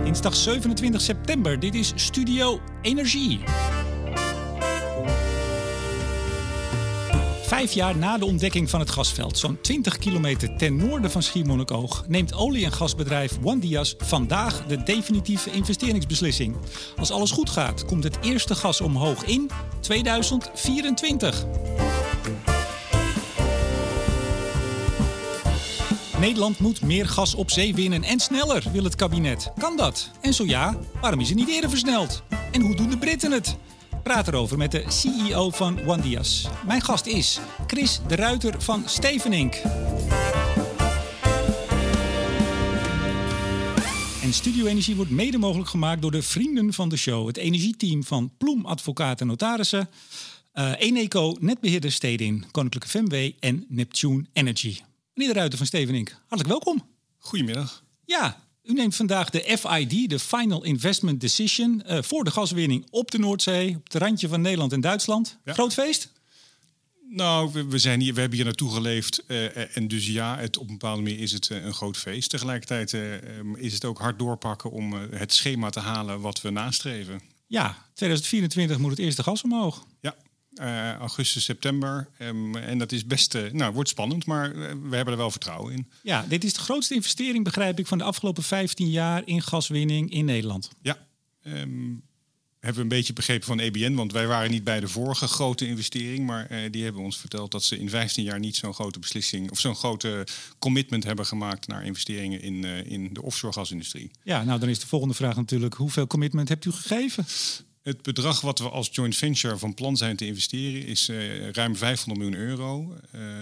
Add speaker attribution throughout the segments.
Speaker 1: Dinsdag 27 september. Dit is Studio Energie. 5 jaar na de ontdekking van het gasveld, zo'n 20 kilometer ten noorden van Schiermonnikoog, neemt olie- en gasbedrijf ONE-Dyas vandaag de definitieve investeringsbeslissing. Als alles goed gaat, komt het eerste gas omhoog in 2024. Nederland moet meer gas op zee winnen en sneller, wil het kabinet. Kan dat? En zo ja, waarom is het niet eerder versneld? En hoe doen de Britten het? Praat erover met de CEO van ONE-Dyas. Mijn gast is Chris de Ruiter van Stevenink. En Studio Energie wordt mede mogelijk gemaakt door de vrienden van de show. Het energieteam van Ploem Advocaten Notarissen, Eneco, Netbeheerder Stedin, Koninklijke FMW en Neptune Energy. Meneer de Ruiter van Stevenink, hartelijk welkom.
Speaker 2: Goedemiddag.
Speaker 1: Ja, u neemt vandaag de FID, de Final Investment Decision, voor de gaswinning op de Noordzee, op het randje van Nederland en Duitsland. Ja. Groot feest?
Speaker 2: Nou, we hebben hier naartoe geleefd en dus ja, op een bepaalde manier is het een groot feest. Tegelijkertijd is het ook hard doorpakken om het schema te halen wat we nastreven.
Speaker 1: Ja, 2024 moet het eerste gas omhoog.
Speaker 2: Ja. Augustus, september. En dat is best, wordt spannend, maar we hebben er wel vertrouwen in.
Speaker 1: Ja, dit is de grootste investering, begrijp ik, van de afgelopen 15 jaar in gaswinning in Nederland.
Speaker 2: Ja, hebben we een beetje begrepen van EBN, want wij waren niet bij de vorige grote investering, maar die hebben ons verteld dat ze in 15 jaar niet zo'n grote beslissing of zo'n grote commitment hebben gemaakt naar investeringen in de offshore gasindustrie.
Speaker 1: Ja, nou dan is de volgende vraag natuurlijk, hoeveel commitment hebt u gegeven?
Speaker 2: Het bedrag wat we als joint venture van plan zijn te investeren is ruim 500 miljoen euro.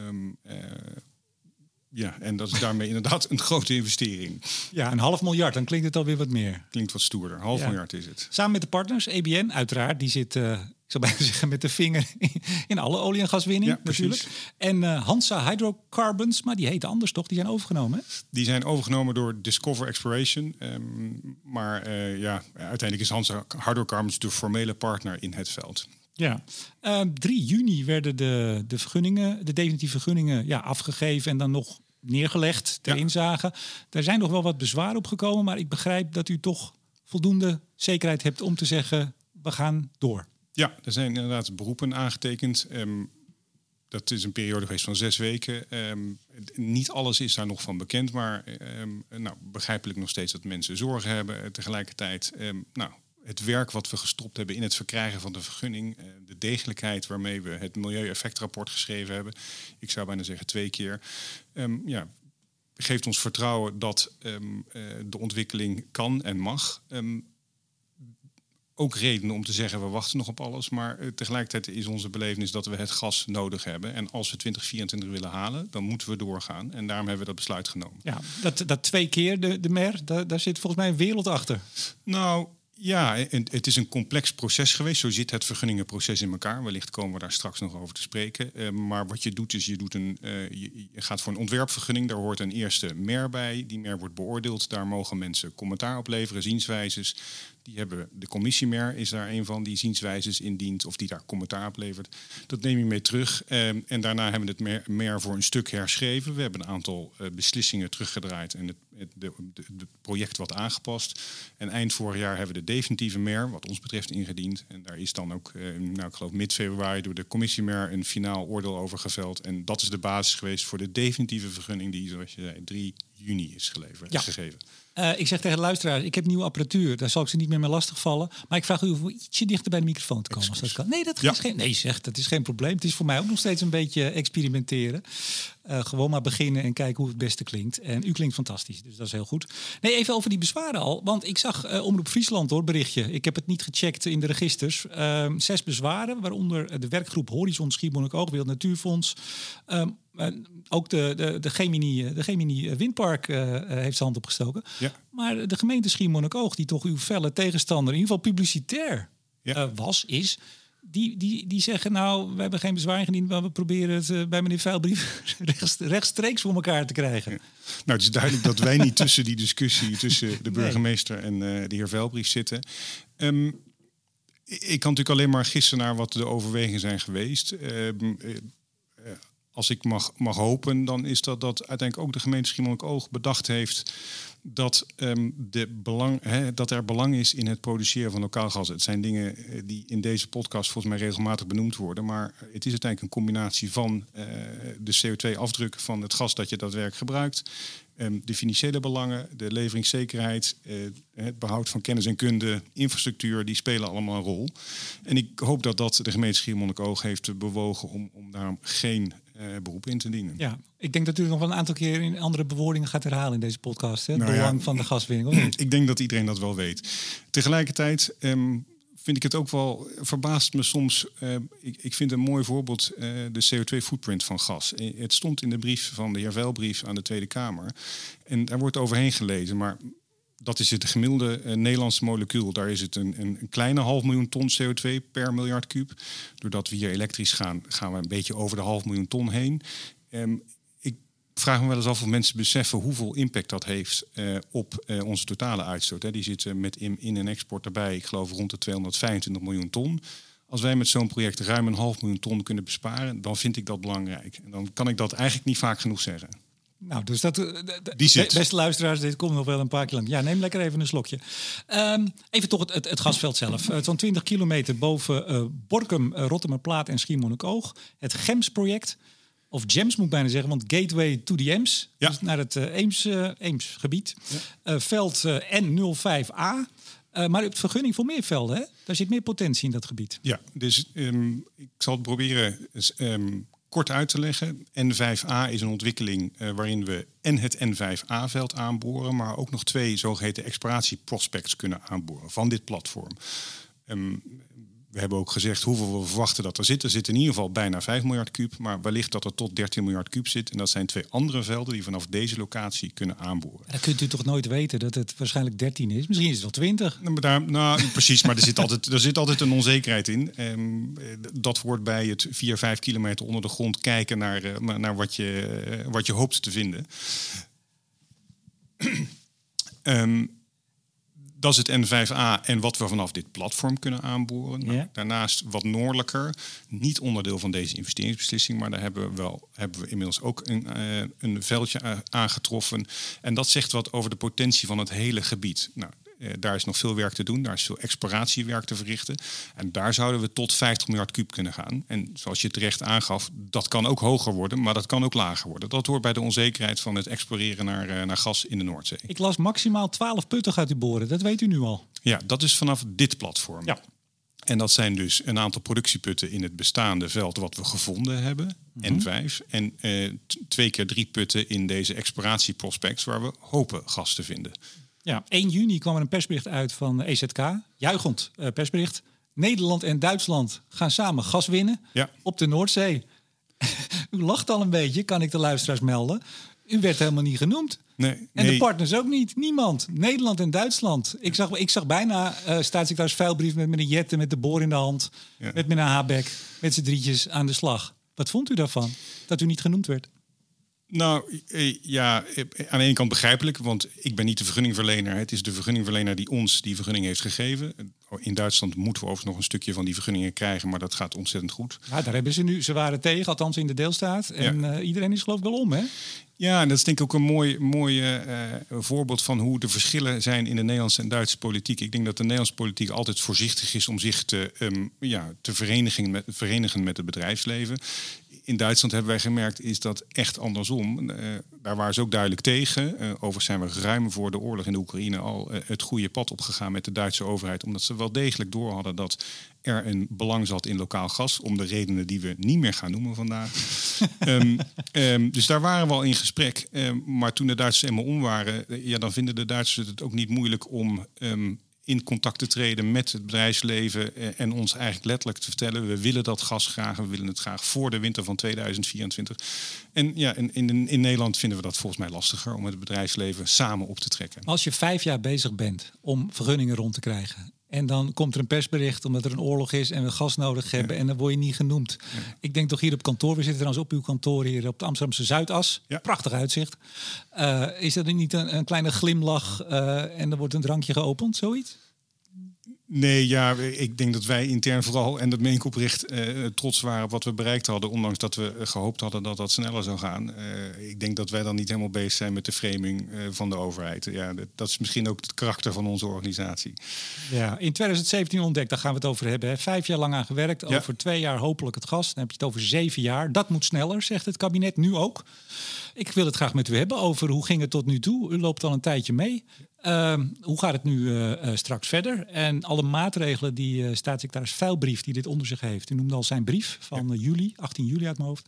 Speaker 2: En dat is daarmee inderdaad een grote investering.
Speaker 1: Ja, $500 miljoen, dan klinkt het alweer wat meer.
Speaker 2: Klinkt wat stoerder. $500 miljard is het.
Speaker 1: Samen met de partners, EBN uiteraard, die zit, ik zou bijna zeggen, met de vinger in alle olie- en gaswinning natuurlijk. En Hansa Hydrocarbons, maar die heet anders toch? Die zijn overgenomen, hè?
Speaker 2: Die zijn overgenomen door Discover Exploration. Uiteindelijk is Hansa Hydrocarbons de formele partner in het veld.
Speaker 1: Ja, 3 juni werden de vergunningen, de definitieve vergunningen afgegeven en dan nog neergelegd ter inzage. Daar zijn nog wel wat bezwaren op gekomen, maar ik begrijp dat u toch voldoende zekerheid hebt om te zeggen, we gaan door.
Speaker 2: Ja, er zijn inderdaad beroepen aangetekend. Dat is een periode geweest van 6 weken. Niet alles is daar nog van bekend, maar begrijpelijk nog steeds dat mensen zorgen hebben. Tegelijkertijd, het werk wat we gestopt hebben in het verkrijgen van de vergunning, de degelijkheid waarmee we het milieueffectrapport geschreven hebben, ik zou bijna zeggen 2 keer, geeft ons vertrouwen dat de ontwikkeling kan en mag. Ook reden om te zeggen, we wachten nog op alles, maar tegelijkertijd is onze belevenis dat we het gas nodig hebben. En als we 2024 willen halen, dan moeten we doorgaan. En daarom hebben we dat besluit genomen.
Speaker 1: Ja, dat 2 keer de MER, daar zit volgens mij een wereld achter.
Speaker 2: Nou, ja, het is een complex proces geweest. Zo zit het vergunningenproces in elkaar. Wellicht komen we daar straks nog over te spreken. Maar wat je doet is, je gaat voor een ontwerpvergunning. Daar hoort een eerste MER bij. Die MER wordt beoordeeld. Daar mogen mensen commentaar op leveren, zienswijzes. De commissie-MER is daar een van die zienswijzes indient of die daar commentaar op levert. Dat neem je mee terug. En daarna hebben we het MER voor een stuk herschreven. We hebben een aantal beslissingen teruggedraaid en het project wat aangepast. En eind vorig jaar hebben we de definitieve MER, wat ons betreft, ingediend. En daar is dan ook, ik geloof mid-februari, door de commissie-MER een finaal oordeel over geveld. En dat is de basis geweest voor de definitieve vergunning die, zoals je zei, 3 juni is gegeven.
Speaker 1: Ik zeg tegen de luisteraars, ik heb nieuwe apparatuur. Daar zal ik ze niet meer mee lastigvallen. Maar ik vraag u om ietsje dichter bij de microfoon te komen. Als dat kan. Nee, dat is geen probleem. Het is voor mij ook nog steeds een beetje experimenteren. Gewoon maar beginnen en kijken hoe het beste klinkt. En u klinkt fantastisch, dus dat is heel goed. Nee, even over die bezwaren al. Want ik zag Omroep Friesland, berichtje. Ik heb het niet gecheckt in de registers. 6 bezwaren, waaronder de werkgroep Horizon Schiermonnikoog, Wereld Natuurfonds. Ook de Gemini Windpark heeft zijn hand opgestoken. Ja. Maar de gemeente Schiermonnikoog, die toch uw felle tegenstander, in ieder geval publicitair is, die zeggen, nou, we hebben geen bezwaar ingediend, maar we proberen het bij meneer Veilbrief rechtstreeks voor elkaar te krijgen. Ja.
Speaker 2: Nou, het is duidelijk dat wij niet tussen die discussie tussen de burgemeester en de heer Veilbrief zitten. Ik kan natuurlijk alleen maar gissen naar wat de overwegingen zijn geweest. Als ik mag hopen, dan is dat uiteindelijk ook de gemeente Schiermonnikoog bedacht heeft dat, dat er belang is in het produceren van lokaal gas. Het zijn dingen die in deze podcast volgens mij regelmatig benoemd worden. Maar het is uiteindelijk een combinatie van de CO2-afdruk van het gas dat je daadwerkelijk gebruikt. De financiële belangen, de leveringszekerheid, het behoud van kennis en kunde, infrastructuur, die spelen allemaal een rol. En ik hoop dat de gemeente Schiermonnikoog heeft bewogen om daar geen beroep in te dienen.
Speaker 1: Ja, ik denk dat u nog wel een aantal keer in andere bewoordingen gaat herhalen in deze podcast. Hè? Het belang van de gaswinning, of niet?
Speaker 2: Ik denk dat iedereen dat wel weet. Tegelijkertijd vind ik het ook wel, verbaast me soms. Ik vind een mooi voorbeeld de CO2-footprint van gas. Het stond in de brief van de heer Veilbrief aan de Tweede Kamer. En daar wordt overheen gelezen, maar dat is het gemiddelde Nederlandse molecuul. Daar is het een kleine 500.000 ton CO2 per miljard kuub. Doordat we hier elektrisch gaan we een beetje over de 500.000 ton heen. Ik vraag me wel eens af of mensen beseffen hoeveel impact dat heeft op onze totale uitstoot. Hè. Die zitten met in- en export erbij, ik geloof rond de 225 miljoen ton. Als wij met zo'n project ruim 500.000 ton kunnen besparen, dan vind ik dat belangrijk. En dan kan ik dat eigenlijk niet vaak genoeg zeggen.
Speaker 1: Nou, dus dat, beste luisteraars, dit komt nog wel een paar keer lang. Ja, neem lekker even een slokje. Even toch het gasveld zelf. Zo'n 20 kilometer boven Borkum, Rottumerplaat en Schiermonnikoog. Het GEMS-project. Of GEMS moet ik bijna zeggen, want Gateway to the Ems. Ja. Dus naar het Eems-gebied. Ja. Veld N05A. Maar u hebt vergunning voor meer velden, hè? Daar zit meer potentie in dat gebied.
Speaker 2: Ja, dus ik zal het proberen kort uit te leggen. N5A is een ontwikkeling waarin we en het N5A-veld aanboren, maar ook nog 2 zogeheten exploratieprospects kunnen aanboren van dit platform. We hebben ook gezegd hoeveel we verwachten dat er zit. Er zit in ieder geval bijna 5 miljard kuub, maar wellicht dat er tot 13 miljard kuub zit. En dat zijn 2 andere velden die vanaf deze locatie kunnen aanboren.
Speaker 1: Dan kunt u toch nooit weten dat het waarschijnlijk 13 is? Misschien is het wel 20.
Speaker 2: Precies, maar er zit altijd een onzekerheid in. Dat hoort bij het 4-5 kilometer onder de grond kijken naar wat je hoopt te vinden. Dat is het N5A en wat we vanaf dit platform kunnen aanboren. Ja. Nou, daarnaast wat noordelijker, niet onderdeel van deze investeringsbeslissing, maar daar hebben we inmiddels ook een veldje aangetroffen. En dat zegt wat over de potentie van het hele gebied. Nou, daar is nog veel werk te doen, daar is veel exploratiewerk te verrichten. En daar zouden we tot 50 miljard kuub kunnen gaan. En zoals je terecht aangaf, dat kan ook hoger worden, maar dat kan ook lager worden. Dat hoort bij de onzekerheid van het exploreren naar gas in de Noordzee.
Speaker 1: Ik las maximaal 12 putten gaat u boren, dat weet u nu al.
Speaker 2: Ja, dat is vanaf dit platform. Ja. En dat zijn dus een aantal productieputten in het bestaande veld wat we gevonden hebben, N5. En 2 keer 3 putten in deze exploratieprospects waar we hopen gas te vinden.
Speaker 1: Ja, 1 juni kwam er een persbericht uit van EZK. Juichend persbericht. Nederland en Duitsland gaan samen gas winnen op de Noordzee. U lacht al een beetje, kan ik de luisteraars melden. U werd helemaal niet genoemd. Nee. De partners ook niet. Niemand. Nederland en Duitsland. Ik zag bijna staatssecretaris Veilbrief met een jette met de boor in de hand. Ja. Met meneer Habeck. Met z'n drietjes aan de slag. Wat vond u daarvan? Dat u niet genoemd werd?
Speaker 2: Nou, ja, aan de ene kant begrijpelijk, want ik ben niet de vergunningverlener. Het is de vergunningverlener die ons die vergunning heeft gegeven. In Duitsland moeten we overigens nog een stukje van die vergunningen krijgen, maar dat gaat ontzettend goed. Ja,
Speaker 1: daar hebben ze waren tegen, althans in de deelstaat. En iedereen is geloof ik wel om, hè?
Speaker 2: Ja, en dat is denk ik ook een mooi voorbeeld van hoe de verschillen zijn in de Nederlandse en Duitse politiek. Ik denk dat de Nederlandse politiek altijd voorzichtig is om zich te verenigen met het bedrijfsleven. In Duitsland hebben wij gemerkt, is dat echt andersom. Daar waren ze ook duidelijk tegen. Overigens zijn we ruim voor de oorlog in de Oekraïne al het goede pad opgegaan met de Duitse overheid. Omdat ze wel degelijk door hadden dat er een belang zat in lokaal gas. Om de redenen die we niet meer gaan noemen vandaag. Dus daar waren we al in gesprek. Maar toen de Duitsers eenmaal om waren, dan vinden de Duitsers het ook niet moeilijk om in contact te treden met het bedrijfsleven en ons eigenlijk letterlijk te vertellen, we willen dat gas graag, we willen het graag voor de winter van 2024. En ja, in Nederland vinden we dat volgens mij lastiger om met het bedrijfsleven samen op te trekken.
Speaker 1: Als je 5 jaar bezig bent om vergunningen rond te krijgen en dan komt er een persbericht omdat er een oorlog is en we gas nodig hebben en dan word je niet genoemd. Ja. Ik denk toch hier op kantoor, we zitten trouwens op uw kantoor hier op de Amsterdamse Zuidas. Ja. Prachtig uitzicht. Is dat niet een kleine glimlach en er wordt een drankje geopend, zoiets?
Speaker 2: Nee, ja, ik denk dat wij intern vooral, en dat meen ik oprecht, trots waren op wat we bereikt hadden. Ondanks dat we gehoopt hadden dat dat sneller zou gaan. Ik denk dat wij dan niet helemaal bezig zijn met de framing van de overheid. Ja, dat is misschien ook het karakter van onze organisatie.
Speaker 1: Ja, in 2017 ontdekt, daar gaan we het over hebben. Hè. 5 jaar lang aan gewerkt, over 2 jaar hopelijk het gas. Dan heb je het over 7 jaar. Dat moet sneller, zegt het kabinet nu ook. Ik wil het graag met u hebben over hoe ging het tot nu toe. U loopt al een tijdje mee. Hoe gaat het nu straks verder? En alle maatregelen die staatssecretaris Veilbrief die dit onder zich heeft. U noemde al zijn brief van juli, 18 juli uit mijn hoofd.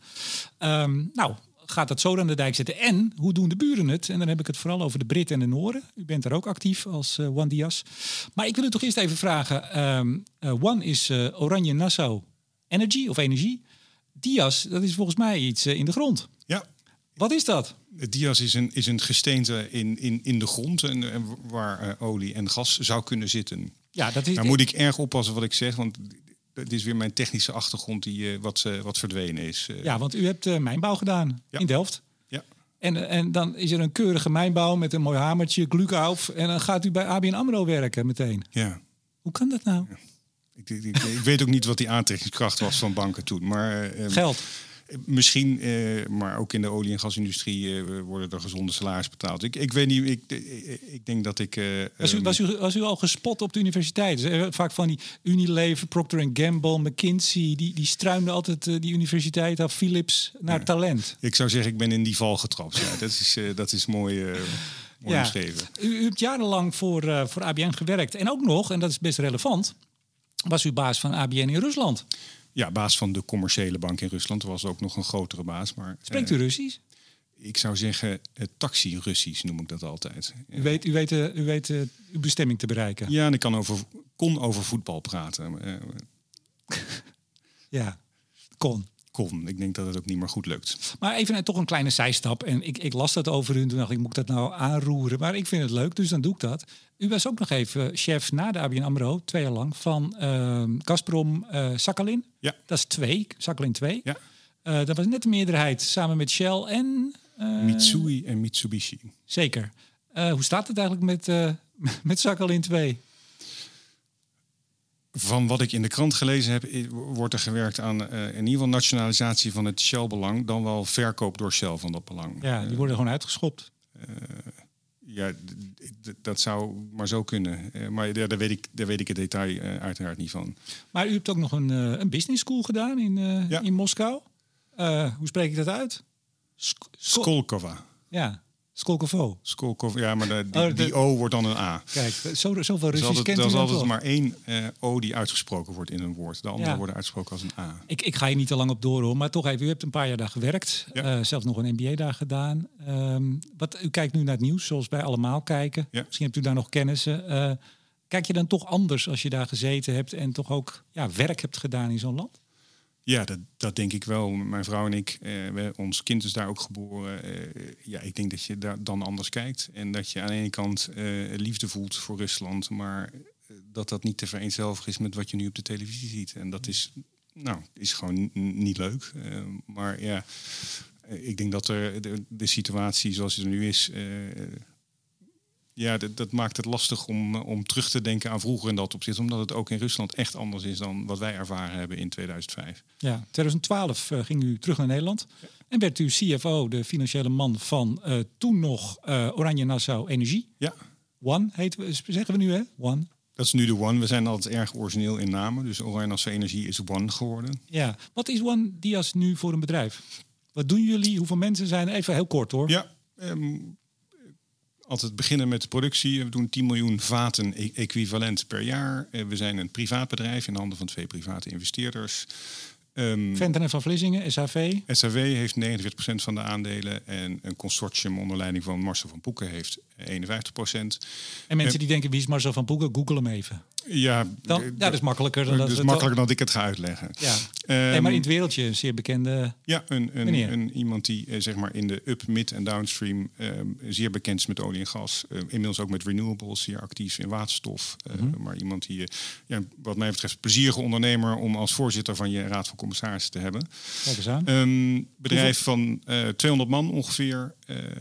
Speaker 1: Gaat dat zo aan de dijk zetten? En hoe doen de buren het? En dan heb ik het vooral over de Britten en de Nooren. U bent daar ook actief als Juan Diaz. Maar ik wil u toch eerst even vragen. Juan is Oranje Nassau Energy of Energie. Diaz, dat is volgens mij iets in de grond.
Speaker 2: Ja.
Speaker 1: Wat is dat?
Speaker 2: Diaz is een gesteente in de grond en waar olie en gas zou kunnen zitten.
Speaker 1: Ja, dat is.
Speaker 2: Daar moet ik erg oppassen wat ik zeg, want het is weer mijn technische achtergrond die wat verdwenen is.
Speaker 1: Ja, want u hebt mijnbouw gedaan in Delft.
Speaker 2: Ja.
Speaker 1: En dan is er een keurige mijnbouw met een mooi hamertje, Glukhauf. En dan gaat u bij ABN AMRO werken meteen.
Speaker 2: Ja.
Speaker 1: Hoe kan dat nou?
Speaker 2: Ja. Ik weet ook niet wat die aantrekkingskracht was van banken toen. Maar,
Speaker 1: geld.
Speaker 2: Misschien, maar ook in de olie- en gasindustrie worden er gezonde salaris betaald. Ik weet niet, ik denk dat ik...
Speaker 1: Was u al gespot op de universiteit? Vaak van die Unilever, Procter & Gamble, McKinsey... die struinden altijd die universiteit af, Philips, naar talent.
Speaker 2: Ik zou zeggen, ik ben in die val getrapt. Ja, dat is mooi omschreven.
Speaker 1: U hebt jarenlang voor ABN gewerkt. En ook nog, en dat is best relevant... was u baas van ABN in Rusland.
Speaker 2: Ja, baas van de commerciële bank in Rusland. Er was ook nog een grotere baas. Maar,
Speaker 1: spreekt u Russisch?
Speaker 2: Ik zou zeggen, taxi-Russisch noem ik dat altijd.
Speaker 1: U weet uw bestemming te bereiken?
Speaker 2: Ja, en ik kon over voetbal praten.
Speaker 1: Ja, kon.
Speaker 2: Ik denk dat het ook niet meer goed lukt.
Speaker 1: Maar even toch een kleine zijstap. En ik las dat over u en toen dacht ik, moet ik dat nou aanroeren? Maar ik vind het leuk, dus dan doe ik dat. U was ook nog even chef na de ABN AMRO, 2 jaar lang, van Gazprom Sakhalin.
Speaker 2: Ja.
Speaker 1: Dat is 2, Sakhalin 2.
Speaker 2: Ja.
Speaker 1: Dat was net de meerderheid, samen met Shell en...
Speaker 2: Mitsui en Mitsubishi.
Speaker 1: Zeker. Hoe staat het eigenlijk met Sakhalin 2?
Speaker 2: Van wat ik in de krant gelezen heb, wordt er gewerkt aan in ieder geval nationalisatie van het Shell-belang, dan wel verkoop door Shell van dat belang.
Speaker 1: Ja, die worden gewoon uitgeschopt.
Speaker 2: Ja, dat zou maar zo kunnen. Maar daar weet ik het detail uiteraard niet van.
Speaker 1: Maar u hebt ook nog een business school gedaan in Moskou. Hoe spreek ik dat uit?
Speaker 2: Skolkova.
Speaker 1: Ja. Skolkovo.
Speaker 2: Ja, maar die O wordt dan een A.
Speaker 1: Kijk, zoveel Russisch kent u.
Speaker 2: Er is altijd maar 1 O die uitgesproken wordt in een woord. De andere worden uitgesproken als een A.
Speaker 1: Ik ga hier niet te lang op door, hoor. Maar toch even, u hebt een paar jaar daar gewerkt. Ja. Zelfs nog een MBA daar gedaan. U kijkt nu naar het nieuws, zoals wij allemaal kijken. Ja. Misschien hebt u daar nog kennissen. Kijk je dan toch anders als je daar gezeten hebt... en toch ook werk hebt gedaan in zo'n land?
Speaker 2: Ja, dat denk ik wel. Mijn vrouw en ik, ons kind is daar ook geboren. Ik denk dat je daar dan anders kijkt. En dat je aan de ene kant liefde voelt voor Rusland... maar dat niet te vereenzelvigen is met wat je nu op de televisie ziet. En dat is gewoon niet leuk. Maar ja, ik denk dat de situatie zoals het er nu is... dat maakt het lastig om terug te denken aan vroeger in dat opzicht. Omdat het ook in Rusland echt anders is dan wat wij ervaren hebben in 2005. Ja,
Speaker 1: 2012 ging u terug naar Nederland. Ja. En werd u CFO, de financiële man van toen nog Oranje Nassau Energie.
Speaker 2: Ja.
Speaker 1: One zeggen we nu, hè? One.
Speaker 2: Dat is nu de One. We zijn altijd erg origineel in namen. Dus Oranje Nassau Energie is One geworden.
Speaker 1: Ja. Wat is One Diaz nu voor een bedrijf? Wat doen jullie? Hoeveel mensen zijn er? Even heel kort, hoor.
Speaker 2: Ja, altijd beginnen met de productie. We doen 10 miljoen vaten equivalent per jaar. We zijn een privaat bedrijf in handen van 2 private investeerders.
Speaker 1: Venten en van Vlissingen, SHV?
Speaker 2: SHV heeft 49% van de aandelen. En een consortium onder leiding van Marcel van Poeken heeft 51%.
Speaker 1: En mensen die denken, wie is Marcel van Poeken? Google hem even.
Speaker 2: Ja,
Speaker 1: dat is makkelijker dan
Speaker 2: dat. Dus makkelijker dan ik het ga uitleggen.
Speaker 1: Ja. Maar in het wereldje een zeer bekende.
Speaker 2: Ja, iemand die zeg maar in de up, mid en downstream zeer bekend is met olie en gas. Inmiddels ook met renewables, zeer actief in waterstof. Maar iemand die, wat mij betreft, plezierige ondernemer om als voorzitter van je raad van commissarissen te hebben.
Speaker 1: Kijk eens aan.
Speaker 2: Bedrijf van 200 man ongeveer.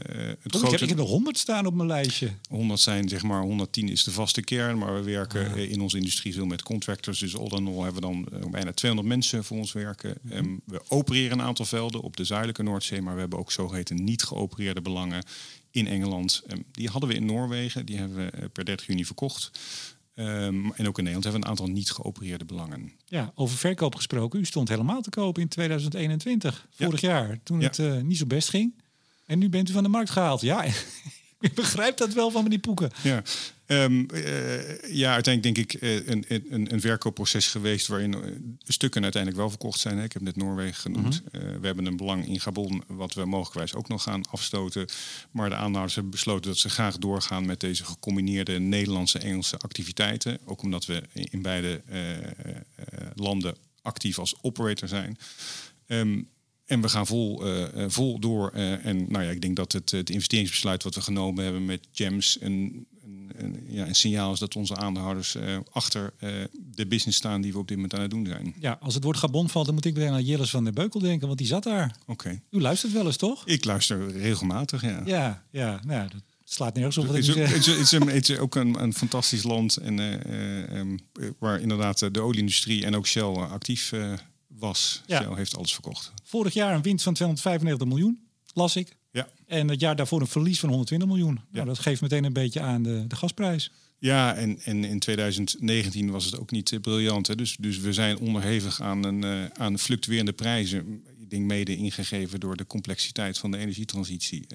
Speaker 1: Ik heb er 100 staan op mijn lijstje.
Speaker 2: 100 zijn, zeg maar, 110 is de vaste kern, maar we werken in onze industrie veel met contractors. Dus all in all hebben we dan bijna 200 mensen voor ons werken. We opereren een aantal velden op de zuidelijke Noordzee, maar we hebben ook zogeheten niet geopereerde belangen in Engeland. Die hadden we in Noorwegen, die hebben we per 30 juni verkocht. En ook in Nederland hebben we een aantal niet geopereerde belangen.
Speaker 1: Ja, over verkoop gesproken. U stond helemaal te koop in 2021, vorig jaar, toen het niet zo best ging. En nu bent u van de markt gehaald. Ja, ik begrijp dat wel van die poeken.
Speaker 2: Ja, uiteindelijk denk ik een verkoopproces geweest waarin stukken uiteindelijk wel verkocht zijn. Ik heb net Noorwegen genoemd. We hebben een belang in Gabon wat we mogelijkwijs ook nog gaan afstoten. Maar de aandeelhouders hebben besloten dat ze graag doorgaan met deze gecombineerde Nederlandse-Engelse activiteiten. Ook omdat we in beide landen actief als operator zijn. En we gaan vol door. Ik denk dat het investeringsbesluit wat we genomen hebben met GEMS een signaal is dat onze aandeelhouders achter de business staan die we op dit moment aan het doen zijn.
Speaker 1: Ja, als het woord Gabon valt, dan moet ik meteen aan Jilles van der Beukel denken, want die zat daar.
Speaker 2: Oké.
Speaker 1: U luistert wel eens, toch?
Speaker 2: Ik luister regelmatig, ja.
Speaker 1: Ja, nou, dat slaat nergens op wat
Speaker 2: Het is ook een fantastisch land en waar inderdaad de olieindustrie en ook Shell actief was. Ja. Shell heeft alles verkocht.
Speaker 1: Vorig jaar een winst van 295 miljoen, las ik.
Speaker 2: Ja.
Speaker 1: En het jaar daarvoor een verlies van 120 miljoen. Ja. Nou, dat geeft meteen een beetje aan de gasprijs.
Speaker 2: Ja, en in 2019 was het ook niet briljant. Hè? Dus we zijn onderhevig aan fluctuerende prijzen. Ik denk mede ingegeven door de complexiteit van de energietransitie.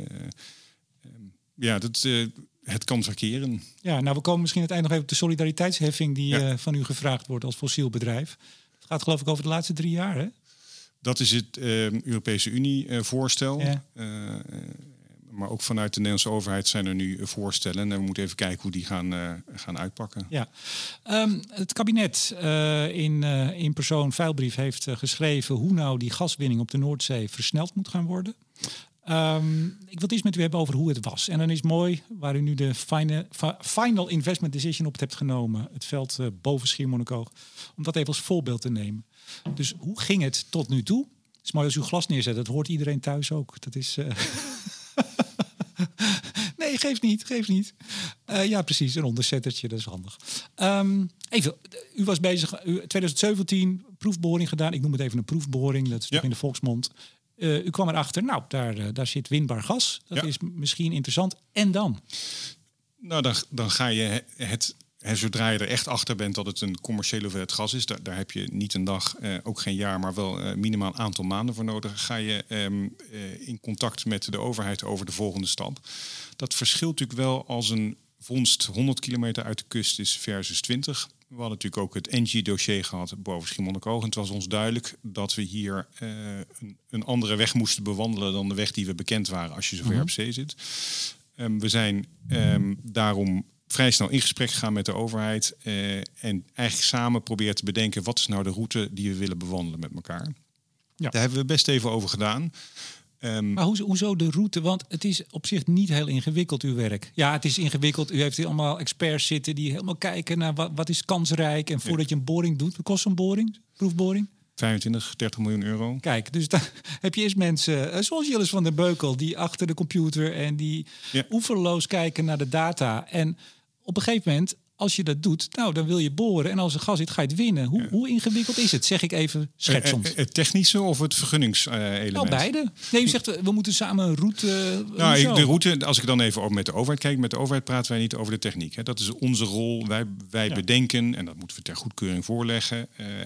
Speaker 2: Het kan verkeren. Ja,
Speaker 1: nou, we komen misschien aan het eind nog even op de solidariteitsheffing die van u gevraagd wordt als fossiel bedrijf. Het gaat geloof ik over de laatste 3 jaar, hè?
Speaker 2: Dat is het Europese Unie voorstel. Ja. Maar ook vanuit de Nederlandse overheid zijn er nu voorstellen. En we moeten even kijken hoe die gaan uitpakken. Ja.
Speaker 1: Het kabinet in persoon vuilbrief heeft geschreven hoe nou die gaswinning op de Noordzee versneld moet gaan worden. Ik wil het eens met u hebben over hoe het was. En dan is mooi waar u nu de final investment decision op hebt genomen. Het veld boven Schiermonnikoog. Om dat even als voorbeeld te nemen. Dus hoe ging het tot nu toe? Het is mooi als u glas neerzet. Dat hoort iedereen thuis ook. Dat is... Nee, geeft niet. Ja, precies. Een onderzettertje, dat is handig. Even, u was bezig... 2017, proefboring gedaan. Ik noem het even een proefboring. Dat is toch in de volksmond. U kwam erachter, nou, daar zit winbaar gas. Dat is misschien interessant. En dan?
Speaker 2: Nou, dan ga je zodra je er echt achter bent dat het een commerciële hoeveelheid gas is, daar heb je niet een dag, ook geen jaar, maar wel minimaal een aantal maanden voor nodig. Ga je in contact met de overheid over de volgende stap. Dat verschilt natuurlijk wel als een vondst 100 kilometer uit de kust is versus 20. We hadden natuurlijk ook het Engie-dossier gehad boven Schiermonnikoog. En het was ons duidelijk dat we hier een andere weg moesten bewandelen dan de weg die we bekend waren als je zo ver op zee zit. We zijn daarom vrij snel in gesprek gegaan met de overheid. En eigenlijk samen proberen te bedenken wat is nou de route die we willen bewandelen met elkaar. Ja. Daar hebben we best even over gedaan.
Speaker 1: Maar hoezo de route? Want het is op zich niet heel ingewikkeld, uw werk. Ja, het is ingewikkeld. U heeft hier allemaal experts zitten die helemaal kijken naar wat is kansrijk. En voordat je een boring doet, wat kost zo'n boring? Proefboring?
Speaker 2: 25, 30 miljoen euro.
Speaker 1: Kijk, dus dan heb je eerst mensen zoals Jilles van der Beukel die achter de computer en die oeverloos kijken naar de data. En op een gegeven moment, als je dat doet, nou, dan wil je boren. En als er gas zit, ga je het winnen. Hoe ingewikkeld is het? Zeg ik even schetsend.
Speaker 2: Het technische of het vergunningselement?
Speaker 1: Nou, beide. Nee, u zegt, we moeten samen een route...
Speaker 2: de route, als ik dan even met de overheid kijk. Met de overheid praten wij niet over de techniek. Hè. Dat is onze rol. Wij bedenken, en dat moeten we ter goedkeuring voorleggen.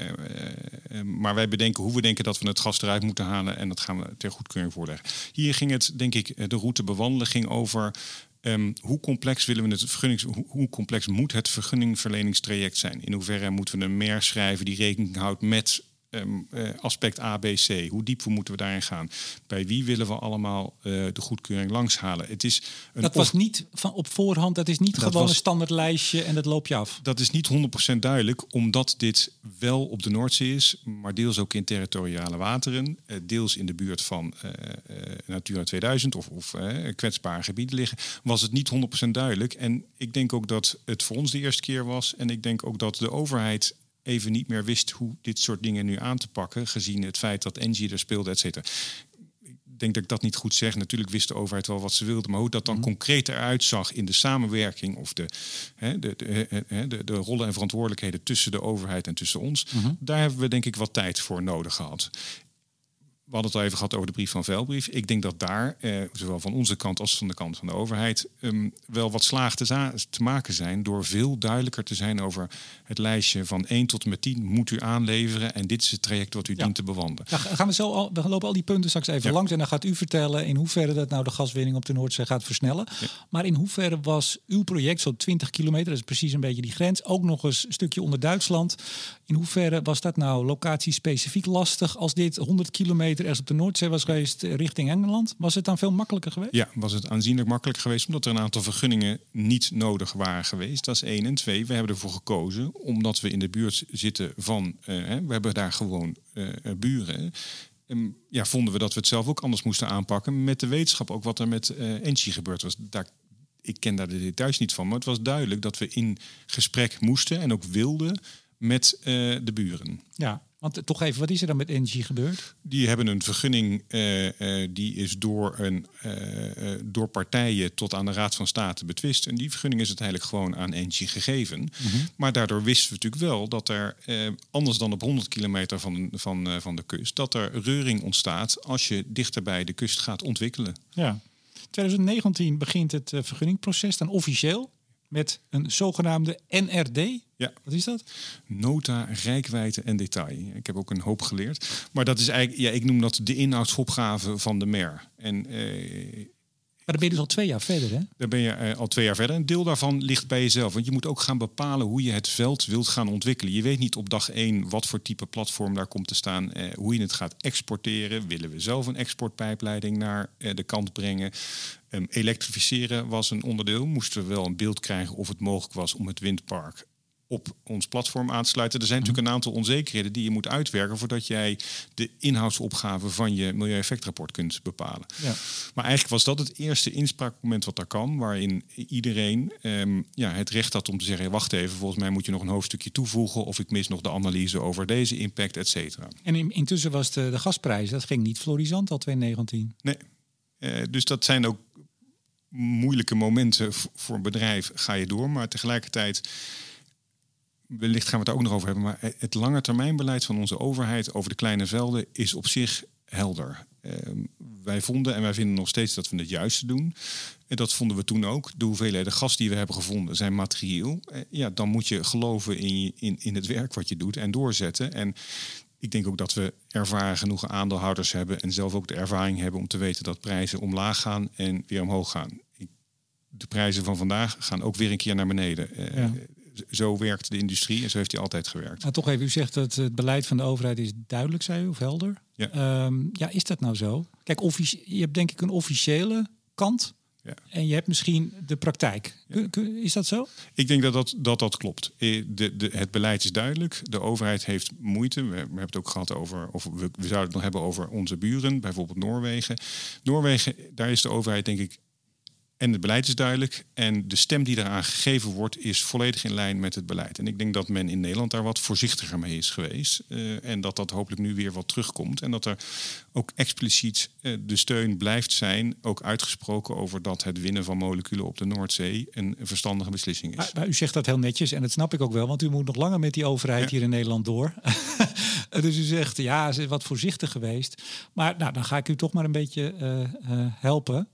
Speaker 2: Maar wij bedenken hoe we denken dat we het gas eruit moeten halen. En dat gaan we ter goedkeuring voorleggen. Hier ging het, denk ik, de route bewandelen ging over... hoe complex willen we hoe complex moet het vergunningverleningstraject zijn? In hoeverre moeten we een MER schrijven die rekening houdt met aspect A, B, C? Hoe diep moeten we daarin gaan? Bij wie willen we allemaal de goedkeuring langshalen? Het is
Speaker 1: dat was niet op voorhand, dat is niet gewoon een standaard lijstje en dat loop je af.
Speaker 2: Dat is niet 100% duidelijk, omdat dit wel op de Noordzee is, maar deels ook in territoriale wateren, deels in de buurt van Natura 2000 of kwetsbare gebieden liggen, was het niet 100% duidelijk. En ik denk ook dat het voor ons de eerste keer was en ik denk ook dat de overheid even niet meer wist hoe dit soort dingen nu aan te pakken, gezien het feit dat Engie er speelde, et cetera. denk dat ik dat niet goed zeg. Natuurlijk wist de overheid wel wat ze wilde. Maar hoe dat dan concreet eruit zag in de samenwerking... of de rollen en verantwoordelijkheden tussen de overheid en tussen ons... daar hebben we denk ik wat tijd voor nodig gehad. We hadden het al even gehad over de brief van Veilbrief. Ik denk dat daar, zowel van onze kant als van de kant van de overheid... wel wat slagen te maken zijn... door veel duidelijker te zijn over het lijstje van 1 tot en met 10... moet u aanleveren en dit is het traject wat u dient te bewandelen.
Speaker 1: Ja, we lopen al die punten straks even langs... en dan gaat u vertellen in hoeverre dat nou de gaswinning op de Noordzee gaat versnellen. Ja. Maar in hoeverre was uw project, zo 20 kilometer... dat is precies een beetje die grens, ook nog eens een stukje onder Duitsland... in hoeverre was dat nou locatiespecifiek lastig... als dit 100 kilometer ergens op de Noordzee was geweest richting Engeland? Was het dan veel makkelijker geweest? Ja,
Speaker 2: was het aanzienlijk makkelijker geweest... omdat er een aantal vergunningen niet nodig waren geweest. Dat is 1. En 2, we hebben ervoor gekozen... omdat we in de buurt zitten van... we hebben daar gewoon buren... vonden we dat we het zelf ook anders moesten aanpakken... met de wetenschap ook wat er met Engie gebeurd was. Ik ken daar de details niet van... maar het was duidelijk dat we in gesprek moesten... en ook wilden met de buren.
Speaker 1: Ja. Want toch even, wat is er dan met Engie gebeurd?
Speaker 2: Die hebben een vergunning, die is door partijen tot aan de Raad van State betwist. En die vergunning is uiteindelijk gewoon aan Engie gegeven. Maar daardoor wisten we natuurlijk wel dat er, anders dan op 100 kilometer van de kust... dat er reuring ontstaat als je dichter bij de kust gaat ontwikkelen.
Speaker 1: Ja. 2019 begint het vergunningproces dan officieel... met een zogenaamde NRD.
Speaker 2: Ja.
Speaker 1: Wat is dat?
Speaker 2: Nota, reikwijdte en detail. Ik heb ook een hoop geleerd. Maar dat is eigenlijk, ik noem dat de inhoudsopgave van de MER.
Speaker 1: Maar dan ben je dus al 2 jaar verder, hè?
Speaker 2: Daar ben je al 2 jaar verder. Een deel daarvan ligt bij jezelf. Want je moet ook gaan bepalen hoe je het veld wilt gaan ontwikkelen. Je weet niet op dag 1 wat voor type platform daar komt te staan. Hoe je het gaat exporteren. Willen we zelf een exportpijpleiding naar de kant brengen? Elektrificeren was een onderdeel. Moesten we wel een beeld krijgen of het mogelijk was om het windpark op ons platform aan te sluiten. Er zijn natuurlijk een aantal onzekerheden die je moet uitwerken voordat jij de inhoudsopgave van je milieueffectrapport kunt bepalen. Ja. Maar eigenlijk was dat het eerste inspraakmoment wat daar kan, waarin iedereen het recht had om te zeggen, wacht even, volgens mij moet je nog een hoofdstukje toevoegen of ik mis nog de analyse over deze impact, et cetera.
Speaker 1: En intussen was de gasprijs, dat ging niet florisant al 2019.
Speaker 2: Nee, dus dat zijn ook moeilijke momenten voor een bedrijf, ga je door, maar tegelijkertijd wellicht gaan we het daar ook nog over hebben, maar het langetermijnbeleid van onze overheid over de kleine velden is op zich helder. Wij vonden en wij vinden nog steeds dat we het juiste doen. En dat vonden we toen ook. De hoeveelheden gas die we hebben gevonden zijn materieel. Dan moet je geloven in het werk wat je doet en doorzetten. En ik denk ook dat we ervaren genoeg aandeelhouders hebben en zelf ook de ervaring hebben om te weten dat prijzen omlaag gaan en weer omhoog gaan. De prijzen van vandaag gaan ook weer een keer naar beneden. Zo werkt de industrie en zo heeft hij altijd gewerkt.
Speaker 1: Nou, toch even, u zegt dat het beleid van de overheid is duidelijk, zei u, of helder. Ja. Is dat nou zo? Kijk, je hebt denk ik een officiële kant en je hebt misschien de praktijk. Ja. Is dat zo?
Speaker 2: Ik denk dat klopt. Het beleid is duidelijk. De overheid heeft moeite. We hebben het ook gehad over, of we zouden het nog hebben over onze buren, bijvoorbeeld Noorwegen. Noorwegen, daar is de overheid denk ik. En het beleid is duidelijk. En de stem die daaraan gegeven wordt is volledig in lijn met het beleid. En ik denk dat men in Nederland daar wat voorzichtiger mee is geweest. En dat hopelijk nu weer wat terugkomt. En dat er ook expliciet de steun blijft zijn. Ook uitgesproken over dat het winnen van moleculen op de Noordzee een verstandige beslissing is.
Speaker 1: Maar u zegt dat heel netjes en dat snap ik ook wel. Want u moet nog langer met die overheid hier in Nederland door. Dus u zegt, ze is wat voorzichtig geweest. Maar dan ga ik u toch maar een beetje helpen.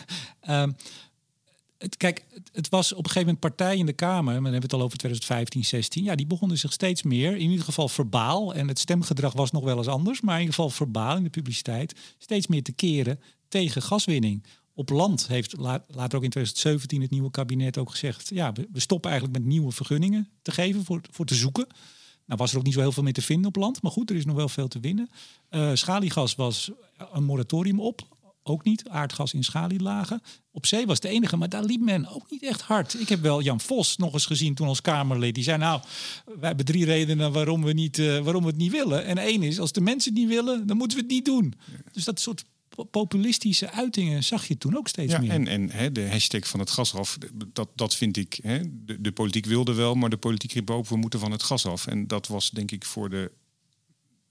Speaker 1: Het was op een gegeven moment partij in de Kamer, maar dan hebben we het al over 2015, 16. Ja, die begonnen zich steeds meer, in ieder geval verbaal, en het stemgedrag was nog wel eens anders, maar in ieder geval verbaal in de publiciteit, steeds meer te keren tegen gaswinning. Op land heeft later ook in 2017 het nieuwe kabinet ook gezegd, we stoppen eigenlijk met nieuwe vergunningen te geven, voor te zoeken. Nou was er ook niet zo heel veel meer te vinden op land, maar goed, er is nog wel veel te winnen. Schaliegas was een moratorium op. Ook niet, aardgas in schalielagen. Op zee was de enige, maar daar liep men ook niet echt hard. Ik heb wel Jan Vos nog eens gezien toen als Kamerlid. Die zei, wij hebben 3 redenen waarom we het niet willen. En 1 is, als de mensen het niet willen, dan moeten we het niet doen. Ja. Dus dat soort populistische uitingen zag je toen ook steeds meer.
Speaker 2: En de hashtag van het gas af, dat vind ik. De politiek wilde wel, maar de politiek riep ook, we moeten van het gas af. En dat was denk ik voor de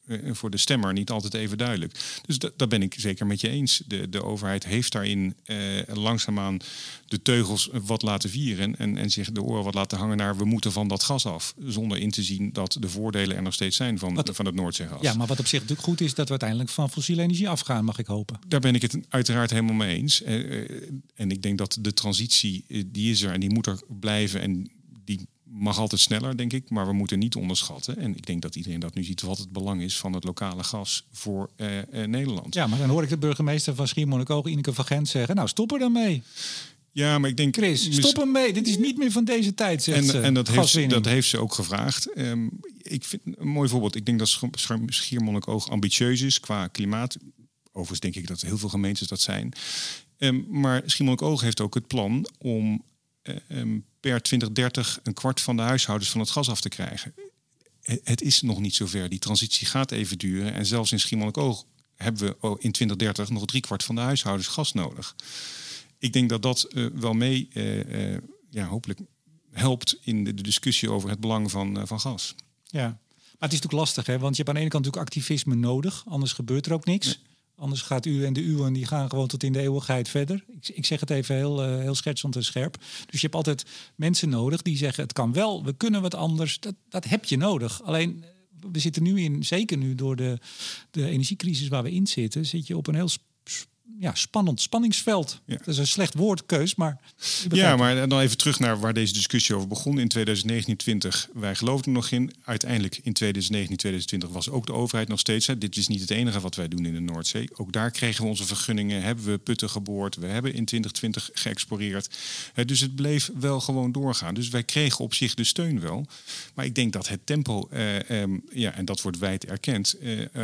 Speaker 2: voor de stemmer niet altijd even duidelijk. Dus daar ben ik zeker met je eens. De overheid heeft daarin langzaamaan de teugels wat laten vieren en zich de oren wat laten hangen naar we moeten van dat gas af. Zonder in te zien dat de voordelen er nog steeds zijn van het Noordzeegas.
Speaker 1: Ja, maar wat op zich natuurlijk goed is dat we uiteindelijk van fossiele energie afgaan, mag ik hopen.
Speaker 2: Daar ben ik het uiteraard helemaal mee eens. En ik denk dat de transitie, die is er en die moet er blijven en die mag altijd sneller, denk ik, maar we moeten niet onderschatten. En ik denk dat iedereen dat nu ziet wat het belang is van het lokale gas voor Nederland.
Speaker 1: Ja, maar dan hoor ik de burgemeester van Schiermonnikoog, Ineke van Gent, zeggen, nou stop er dan mee.
Speaker 2: Ja, maar ik denk...
Speaker 1: Chris, stop hem mee. Dit is niet meer van deze tijd, zegt ze.
Speaker 2: En dat heeft ze ook gevraagd. Ik vind een mooi voorbeeld. Ik denk dat Schiermonnikoog ambitieus is qua klimaat. Overigens denk ik dat heel veel gemeentes dat zijn. Maar Schiermonnikoog heeft ook het plan om per 2030 een kwart van de huishoudens van het gas af te krijgen. Het is nog niet zover. Die transitie gaat even duren. En zelfs in Schiermonnikoog hebben we in 2030 nog 3/4 van de huishoudens gas nodig. Ik denk dat dat wel mee hopelijk helpt in de discussie over het belang van gas.
Speaker 1: Ja, maar het is natuurlijk lastig, hè? Want je hebt aan de ene kant natuurlijk activisme nodig. Anders gebeurt er ook niks. Nee. Anders gaat u en de uwen die gaan gewoon tot in de eeuwigheid verder. Ik zeg het even heel schertsend en scherp. Dus je hebt altijd mensen nodig die zeggen het kan wel, we kunnen wat anders. Dat heb je nodig. Alleen we zitten nu zeker nu door de energiecrisis waar we in zitten, zit je op een heel spannend spanningsveld. Ja. Dat is een slecht woordkeus, maar...
Speaker 2: Ja, maar dan even terug naar waar deze discussie over begon. In 2019, wij geloofden er nog in. Uiteindelijk in 2019, 2020 was ook de overheid nog steeds. Dit is niet het enige wat wij doen in de Noordzee. Ook daar kregen we onze vergunningen, hebben we putten geboord. We hebben in 2020 geëxploreerd. Dus het bleef wel gewoon doorgaan. Dus wij kregen op zich de steun wel. Maar ik denk dat het tempo, en dat wordt wijd erkend,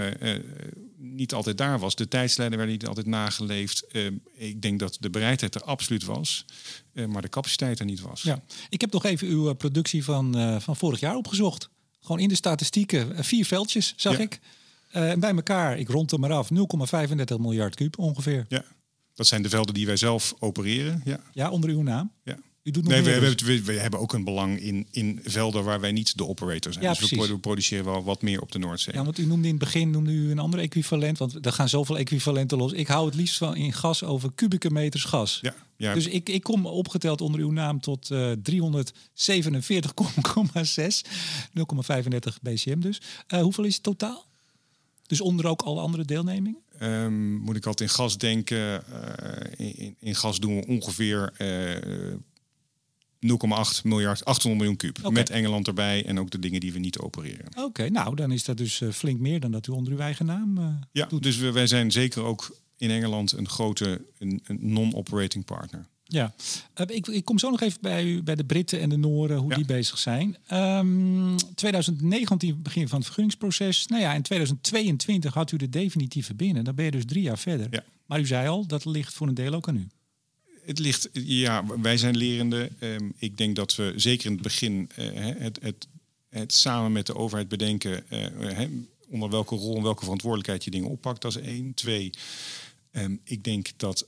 Speaker 2: niet altijd daar was. De tijdslijnen werden niet altijd nageleefd. Ik denk dat de bereidheid er absoluut was, maar de capaciteit er niet was.
Speaker 1: Ja. Ik heb nog even uw productie van vorig jaar opgezocht. Gewoon in de statistieken. 4 veldjes, zag ik. Bij elkaar, ik rond er maar af, 0,35 miljard kuub ongeveer.
Speaker 2: Ja, dat zijn de velden die wij zelf opereren. Ja,
Speaker 1: onder uw naam?
Speaker 2: Ja.
Speaker 1: U doet nog meer
Speaker 2: we hebben ook een belang in velden waar wij niet de operator zijn.
Speaker 1: Ja,
Speaker 2: dus we produceren wel wat meer op de Noordzee.
Speaker 1: Ja, want u noemde in het begin een ander equivalent. Want er gaan zoveel equivalenten los. Ik hou het liefst van in gas over kubieke meters gas. Ja. Dus ik kom opgeteld onder uw naam tot 347,6. 0,35 BCM dus. Hoeveel is het totaal? Dus onder ook alle andere deelnemingen?
Speaker 2: Moet ik altijd in gas denken. In gas doen we ongeveer 0,8 miljard, 800 miljoen kuub. Okay. Met Engeland erbij en ook de dingen die we niet opereren.
Speaker 1: Oké, nou dan is dat dus flink meer dan dat u onder uw eigen naam doet.
Speaker 2: Dus wij zijn zeker ook in Engeland een grote een non-operating partner.
Speaker 1: Ja, ik kom zo nog even bij u, bij de Britten en de Nooren, hoe die bezig zijn. 2019 begin van het vergunningsproces. Nou ja, in 2022 had u de definitieve binnen. Dan ben je dus 3 jaar verder. Ja. Maar u zei al, dat ligt voor een deel ook aan u.
Speaker 2: Het ligt, wij zijn lerende. Ik denk dat we zeker in het begin het samen met de overheid bedenken onder welke rol en welke verantwoordelijkheid je dingen oppakt. Dat is 1. 2, ik denk dat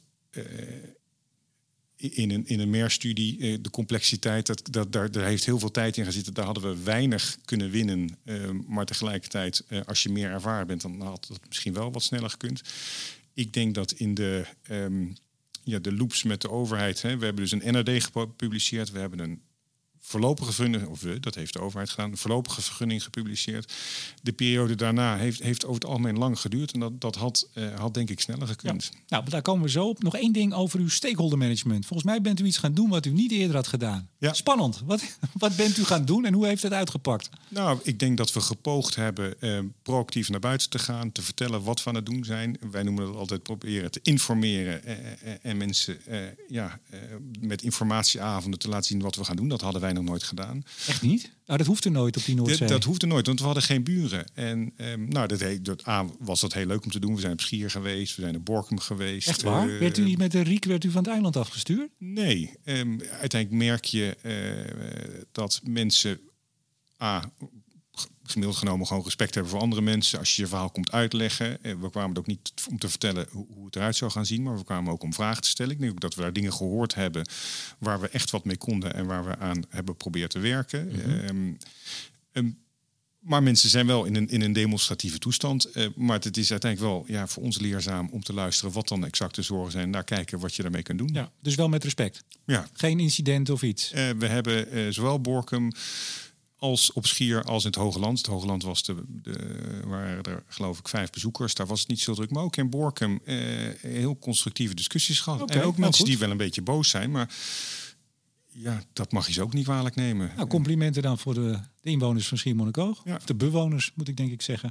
Speaker 2: in een MER-studie de complexiteit, daar heeft heel veel tijd in gezeten. Daar hadden we weinig kunnen winnen. Maar tegelijkertijd, als je meer ervaren bent, dan had het misschien wel wat sneller gekund. Ik denk dat in de loops met de overheid. We hebben dus een NRD gepubliceerd. We hebben een voorlopige vergunning, dat heeft de overheid gedaan, een voorlopige vergunning gepubliceerd. De periode daarna heeft over het algemeen lang geduurd. En dat had denk ik sneller gekund.
Speaker 1: Ja. Nou, daar komen we zo op. Nog 1 ding over uw stakeholder management. Volgens mij bent u iets gaan doen wat u niet eerder had gedaan. Ja. Spannend. Wat bent u gaan doen en hoe heeft het uitgepakt?
Speaker 2: Nou, ik denk dat we gepoogd hebben proactief naar buiten te gaan, te vertellen wat we aan het doen zijn. Wij noemen dat altijd proberen te informeren en mensen met informatieavonden te laten zien wat we gaan doen. Dat hadden wij nog nooit gedaan.
Speaker 1: Echt niet? Nou, dat hoefde nooit op die Noordzee.
Speaker 2: Dat hoefde nooit, want we hadden geen buren. En was dat heel leuk om te doen. We zijn op Schier geweest, we zijn op Borkum geweest.
Speaker 1: Echt waar? Werd u niet met de Riek van het eiland afgestuurd?
Speaker 2: Nee. Uiteindelijk merk je dat mensen gemiddeld genomen gewoon respect hebben voor andere mensen. Als je je verhaal komt uitleggen. We kwamen er ook niet om te vertellen hoe het eruit zou gaan zien, maar we kwamen ook om vragen te stellen. Ik denk ook dat we daar dingen gehoord hebben waar we echt wat mee konden en waar we aan hebben geprobeerd te werken. Maar mensen zijn wel in een demonstratieve toestand. Maar het is uiteindelijk wel voor ons leerzaam om te luisteren wat dan exact de zorgen zijn. Naar kijken wat je daarmee kan doen.
Speaker 1: Ja, dus wel met respect.
Speaker 2: Ja.
Speaker 1: Geen incident of iets.
Speaker 2: We hebben zowel Borkum als op Schier als in het Hogeland. Het Hogeland was waren er geloof ik 5 bezoekers. Daar was het niet zo druk. Maar ook in Borkum heel constructieve discussies gehad.
Speaker 1: Okay,
Speaker 2: en ook mensen
Speaker 1: goed.
Speaker 2: die wel een beetje boos zijn. Maar ja, dat mag je ze ook niet kwalijk nemen.
Speaker 1: Nou, complimenten dan voor de inwoners van Schiermonnikoog.
Speaker 2: Ja.
Speaker 1: Of de bewoners, moet ik denk ik zeggen.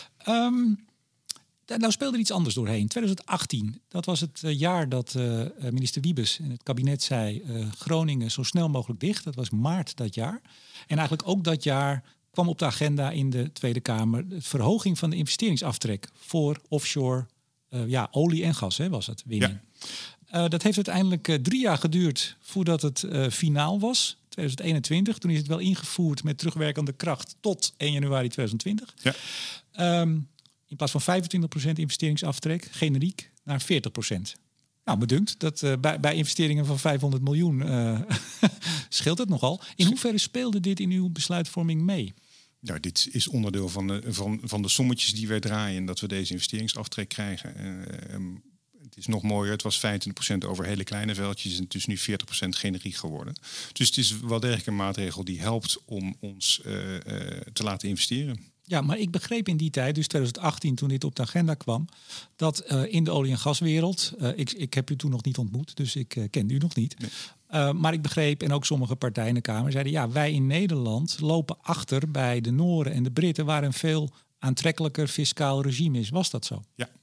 Speaker 1: Nou speelde er iets anders doorheen. 2018, dat was het jaar dat minister Wiebes en het kabinet zei... Groningen zo snel mogelijk dicht. Dat was maart dat jaar. En eigenlijk ook dat jaar kwam op de agenda in de Tweede Kamer... de verhoging van de investeringsaftrek voor offshore olie en gas, was het, winning. Ja. Dat heeft uiteindelijk 3 jaar geduurd voordat het finaal was. 2021, toen is het wel ingevoerd met terugwerkende kracht tot 1 januari 2020. Ja. In plaats van 25% investeringsaftrek, generiek, naar 40%. Nou, me dunkt dat bij investeringen van 500 miljoen scheelt het nogal. In hoeverre speelde dit in uw besluitvorming mee?
Speaker 2: Nou, dit is onderdeel van de sommetjes die wij draaien... dat we deze investeringsaftrek krijgen. Het is nog mooier, het was 25% over hele kleine veldjes... en het is nu 40% generiek geworden. Dus het is wel degelijk een maatregel die helpt om ons te laten investeren. Ja,
Speaker 1: maar ik begreep in die tijd, dus 2018, toen dit op de agenda kwam... dat in de olie- en gaswereld... ik heb u toen nog niet ontmoet, dus ik kende u nog niet... Nee. Maar ik begreep, en ook sommige partijen in de Kamer zeiden... ja, wij in Nederland lopen achter bij de Nooren en de Britten... waar een veel aantrekkelijker fiscaal regime is. Was dat zo?
Speaker 2: Ja.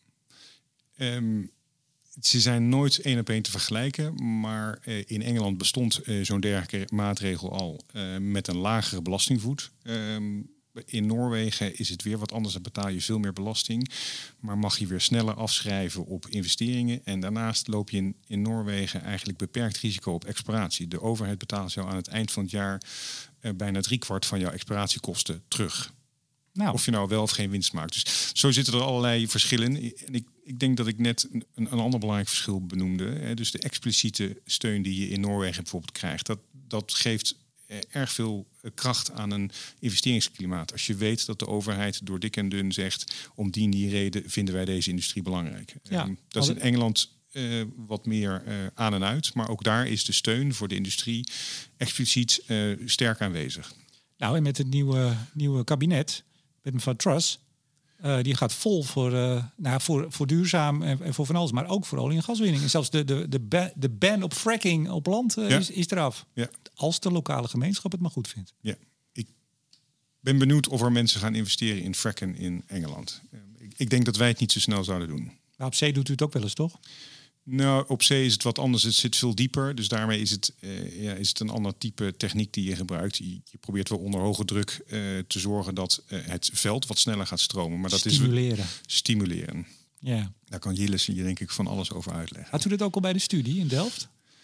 Speaker 2: Ze zijn nooit 1 op 1 te vergelijken, maar in Engeland bestond zo'n dergelijke maatregel al met een lagere belastingvoet. In Noorwegen is het weer wat anders, dan betaal je veel meer belasting, maar mag je weer sneller afschrijven op investeringen. En daarnaast loop je in Noorwegen eigenlijk beperkt risico op exploratie. De overheid betaalt jou aan het eind van het jaar bijna 3/4 van jouw exploratiekosten terug. Nou. Of je nou wel of geen winst maakt. Dus zo zitten er allerlei verschillen. En ik denk dat ik net een ander belangrijk verschil benoemde. Dus de expliciete steun die je in Noorwegen bijvoorbeeld krijgt. Dat geeft erg veel kracht aan een investeringsklimaat. Als je weet dat de overheid door dik en dun zegt... om die reden vinden wij deze industrie belangrijk. Ja, dat is in Engeland wat meer aan en uit. Maar ook daar is de steun voor de industrie expliciet sterk aanwezig.
Speaker 1: Nou, en met het nieuwe kabinet... met mevrouw Truss, die gaat vol voor duurzaam en voor van alles, maar ook voor olie- en gaswinning. En zelfs de ban op fracking op land is eraf. Ja. Als de lokale gemeenschap het maar goed vindt.
Speaker 2: Ja. Ik ben benieuwd of er mensen gaan investeren in fracken in Engeland. Ik denk dat wij het niet zo snel zouden doen.
Speaker 1: Maar op zee doet u het ook wel eens, toch?
Speaker 2: Nou, op zee is het wat anders. Het zit veel dieper. Dus daarmee is het een ander type techniek die je gebruikt. Je probeert wel onder hoge druk te zorgen dat het veld wat sneller gaat stromen. Maar dat stimuleren. Ja. Daar kan Jillis je denk ik van alles over uitleggen.
Speaker 1: Had u dat ook al bij de studie in Delft?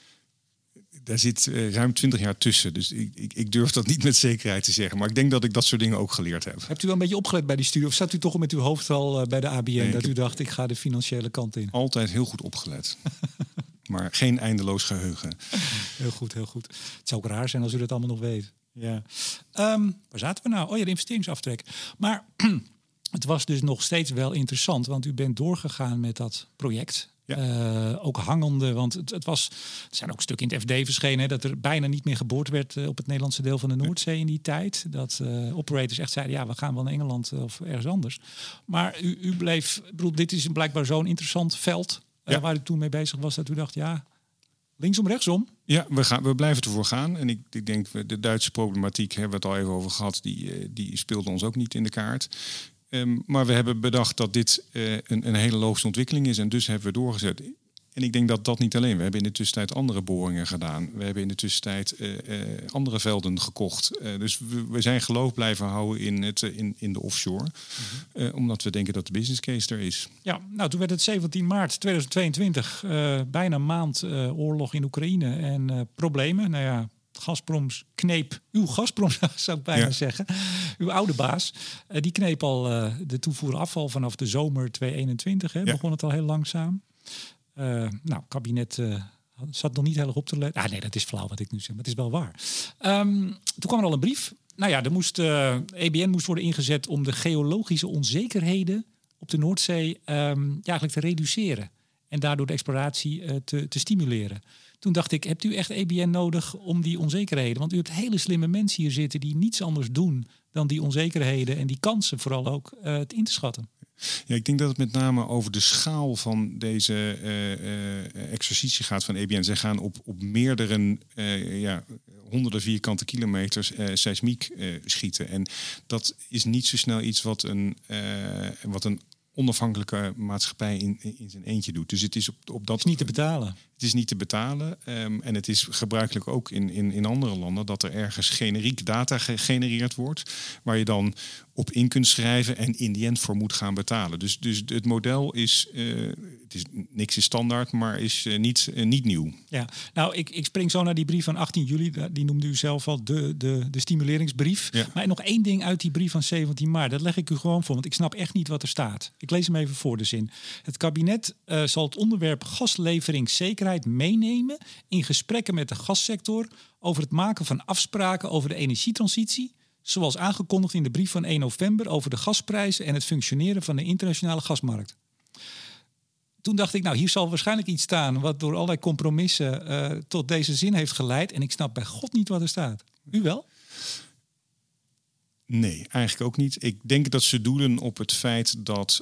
Speaker 2: Daar zit ruim 20 jaar tussen. Dus ik durf dat niet met zekerheid te zeggen. Maar ik denk dat ik dat soort dingen ook geleerd heb.
Speaker 1: Hebt u wel een beetje opgelet bij die studie? Of zat u toch met uw hoofd al bij de ABN? Nee, dat u dacht, ik ga de financiële kant in?
Speaker 2: Altijd heel goed opgelet. Maar geen eindeloos geheugen.
Speaker 1: Heel goed, heel goed. Het zou ook raar zijn als u dat allemaal nog weet. Ja. Waar zaten we nou? Oh ja, de investeringsaftrek. Maar het was dus nog steeds wel interessant. Want u bent doorgegaan met dat project... Ja. Ook hangende, want er zijn ook stukken in het FD verschenen... Hè, dat er bijna niet meer geboord werd op het Nederlandse deel van de Noordzee in die tijd. Dat operators echt zeiden, ja, we gaan wel naar Engeland of ergens anders. Maar u bleef, dit is blijkbaar zo'n interessant veld... waar u toen mee bezig was, dat u dacht, ja, linksom, rechtsom.
Speaker 2: Ja, we blijven ervoor gaan. En ik denk, de Duitse problematiek hebben we het al even over gehad... die speelde ons ook niet in de kaart... Maar we hebben bedacht dat dit een hele logische ontwikkeling is en dus hebben we doorgezet. En ik denk dat dat niet alleen. We hebben in de tussentijd andere boringen gedaan. We hebben in de tussentijd andere velden gekocht. Dus we zijn geloof blijven houden in de offshore. Omdat we denken dat de business case er is.
Speaker 1: Ja, nou toen werd het 17 maart 2022. Bijna een maand oorlog in Oekraïne en problemen. Nou ja. Gazproms kneep, uw Gazprom zou ik bijna zeggen, uw oude baas, die kneep al de toevoer afval vanaf de zomer 2021. Begon het al heel langzaam. Kabinet zat nog niet heel erg op te letten. Nee, dat is flauw wat ik nu zeg, maar het is wel waar. Toen kwam er al een brief Nou ja, EBN moest worden ingezet om de geologische onzekerheden op de Noordzee eigenlijk te reduceren. En daardoor de exploratie te stimuleren. Toen dacht ik, hebt u echt EBN nodig om die onzekerheden? Want u hebt hele slimme mensen hier zitten die niets anders doen dan die onzekerheden en die kansen vooral ook in te schatten.
Speaker 2: Ja, ik denk dat het met name over de schaal van deze exercitie gaat van EBN. Zij gaan op meerdere honderden vierkante kilometers seismiek schieten. En dat is niet zo snel iets wat een onafhankelijke maatschappij in zijn eentje doet. Dus het is op dat...
Speaker 1: Het is niet te betalen.
Speaker 2: Het is niet te betalen. En het is gebruikelijk ook in andere landen dat er ergens generiek data gegenereerd wordt, waar je dan op in kunt schrijven en in die end voor moet gaan betalen. Dus het model is, niks is standaard, maar is niet nieuw. Ja,
Speaker 1: nou, ik spring zo naar die brief van 18 juli. Die noemde u zelf al de stimuleringsbrief. Ja. Maar nog één ding uit die brief van 17 maart. Dat leg ik u gewoon voor, want ik snap echt niet wat er staat. Ik lees hem even voor de zin. Het kabinet zal het onderwerp gasleveringszekerheid meenemen in gesprekken met de gassector over het maken van afspraken over de energietransitie, zoals aangekondigd in de brief van 1 november over de gasprijzen en het functioneren van de internationale gasmarkt. Toen dacht ik, nou, hier zal waarschijnlijk iets staan wat door allerlei compromissen tot deze zin heeft geleid. En ik snap bij God niet wat er staat. U wel?
Speaker 2: Nee, eigenlijk ook niet. Ik denk dat ze doelen op het feit dat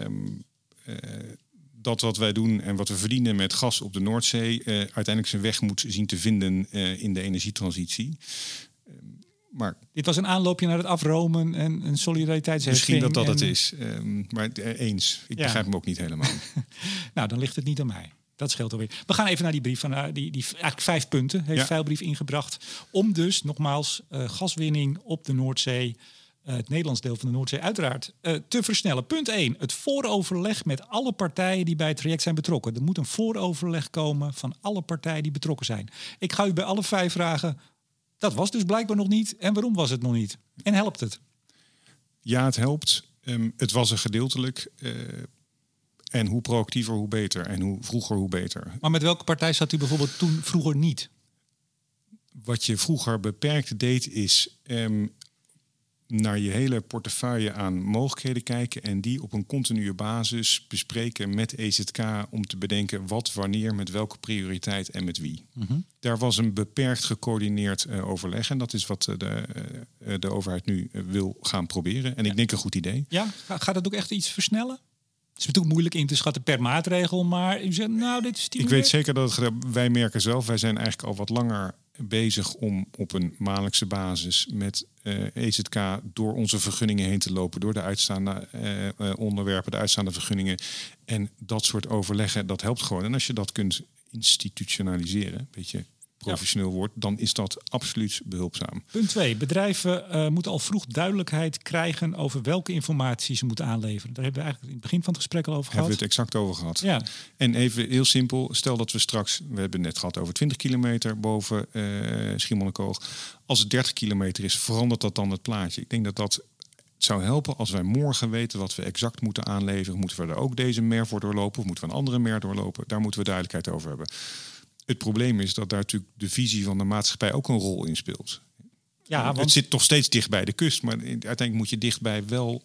Speaker 2: dat wat wij doen en wat we verdienen met gas op de Noordzee uiteindelijk zijn weg moet zien te vinden in de energietransitie. Maar
Speaker 1: dit was een aanloopje naar het afromen en een solidariteitsheffing.
Speaker 2: Misschien dat het is. Maar eens. Ik begrijp hem ook niet helemaal.
Speaker 1: Nou, dan ligt het niet aan mij. Dat scheelt alweer. We gaan even naar die brief van die eigenlijk 5 punten heeft Veilbrief ingebracht. Om dus nogmaals gaswinning op de Noordzee, het Nederlands deel van de Noordzee uiteraard, te versnellen. Punt 1. Het vooroverleg met alle partijen die bij het traject zijn betrokken. Er moet een vooroverleg komen van alle partijen die betrokken zijn. Ik ga u bij alle 5 vragen. Dat was dus blijkbaar nog niet. En waarom was het nog niet? En helpt het?
Speaker 2: Ja, het helpt. Het was er gedeeltelijk. En hoe proactiever, hoe beter. En hoe vroeger, hoe beter.
Speaker 1: Maar met welke partij zat u bijvoorbeeld toen vroeger niet?
Speaker 2: Wat je vroeger beperkt deed is naar je hele portefeuille aan mogelijkheden kijken en die op een continue basis bespreken met EZK om te bedenken wat, wanneer, met welke prioriteit en met wie. Mm-hmm. Daar was een beperkt gecoördineerd overleg en dat is wat de overheid nu wil gaan proberen. En ik denk een goed idee.
Speaker 1: Ja, gaat het ook echt iets versnellen? Het is natuurlijk moeilijk in te schatten per maatregel, maar u zegt, nou, dit is...
Speaker 2: Ik weet zeker dat wij merken zelf, wij zijn eigenlijk al wat langer bezig om op een maandelijkse basis met EZK door onze vergunningen heen te lopen, door de uitstaande onderwerpen, de uitstaande vergunningen. En dat soort overleggen, dat helpt gewoon. En als je dat kunt institutionaliseren, een beetje professioneel wordt, dan is dat absoluut behulpzaam.
Speaker 1: Punt 2. Bedrijven moeten al vroeg duidelijkheid krijgen over welke informatie ze moeten aanleveren. Daar hebben we eigenlijk in het begin van het gesprek al over gehad.
Speaker 2: Hebben we het exact over gehad.
Speaker 1: Ja.
Speaker 2: En even heel simpel, stel dat we straks, we hebben het net gehad over 20 kilometer boven Schiermonnikoog. Als het 30 kilometer is, verandert dat dan het plaatje? Ik denk dat het zou helpen als wij morgen weten wat we exact moeten aanleveren. Moeten we er ook deze MER voor doorlopen of moeten we een andere MER doorlopen? Daar moeten we duidelijkheid over hebben. Het probleem is dat daar natuurlijk de visie van de maatschappij ook een rol in speelt. Ja, want het zit toch steeds dicht bij de kust, maar uiteindelijk moet je dichtbij wel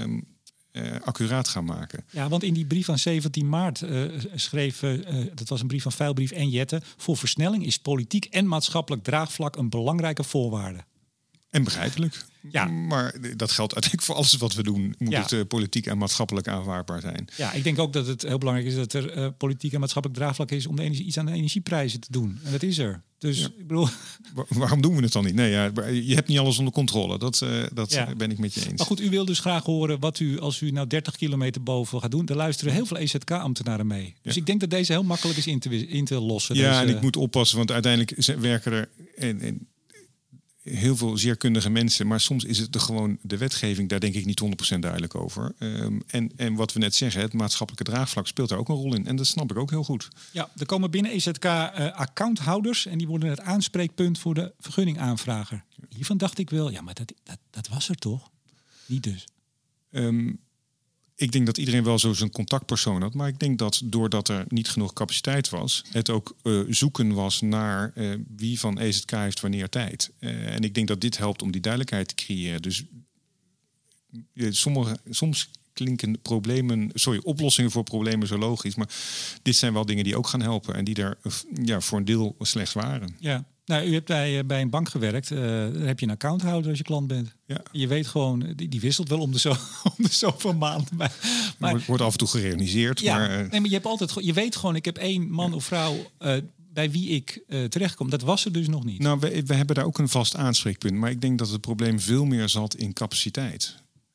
Speaker 2: accuraat gaan maken.
Speaker 1: Ja, want in die brief van 17 maart schreef, dat was een brief van Veilbrief en Jette, voor versnelling is politiek en maatschappelijk draagvlak een belangrijke voorwaarde.
Speaker 2: En begrijpelijk.
Speaker 1: Ja.
Speaker 2: Maar dat geldt uiteindelijk voor alles wat we doen. Moet het politiek en maatschappelijk aanvaardbaar zijn.
Speaker 1: Ja, ik denk ook dat het heel belangrijk is dat er politiek en maatschappelijk draagvlak is om iets aan de energieprijzen te doen. En dat is er. Dus ik bedoel...
Speaker 2: Waarom doen we het dan niet? Nee, je hebt niet alles onder controle. Dat ben ik met je eens.
Speaker 1: Maar goed, u wil dus graag horen wat u, als u nou 30 kilometer boven gaat doen. Daar luisteren heel veel EZK-ambtenaren mee. Dus ik denk dat deze heel makkelijk is in te lossen.
Speaker 2: Ja, en ik moet oppassen, want uiteindelijk werken er... heel veel zeer kundige mensen, maar soms is het gewoon de wetgeving, daar denk ik niet 100% duidelijk over. En wat we net zeggen, het maatschappelijke draagvlak speelt daar ook een rol in. En dat snap ik ook heel goed.
Speaker 1: Ja, er komen binnen EZK accounthouders en die worden het aanspreekpunt voor de vergunningaanvrager. Hiervan dacht ik wel, ja, maar dat was er toch? Niet dus.
Speaker 2: Ik denk dat iedereen wel zo zijn contactpersoon had. Maar ik denk dat doordat er niet genoeg capaciteit was, het ook zoeken was naar wie van EZK heeft wanneer tijd. En ik denk dat dit helpt om die duidelijkheid te creëren. Dus soms klinken oplossingen voor problemen zo logisch. Maar dit zijn wel dingen die ook gaan helpen. En die er voor een deel slechts waren.
Speaker 1: Ja. Nou, u hebt bij een bank gewerkt. Daar heb je een accounthouder als je klant bent.
Speaker 2: Ja.
Speaker 1: Je weet gewoon, die wisselt wel om de zoveel maanden. Maar
Speaker 2: wordt af en toe gerealiseerd.
Speaker 1: Ja,
Speaker 2: maar
Speaker 1: je hebt altijd, je weet gewoon, ik heb 1 man of vrouw bij wie ik terechtkom. Dat was er dus nog niet.
Speaker 2: Nou, we hebben daar ook een vast aanspreekpunt. Maar ik denk dat het probleem veel meer zat in capaciteit.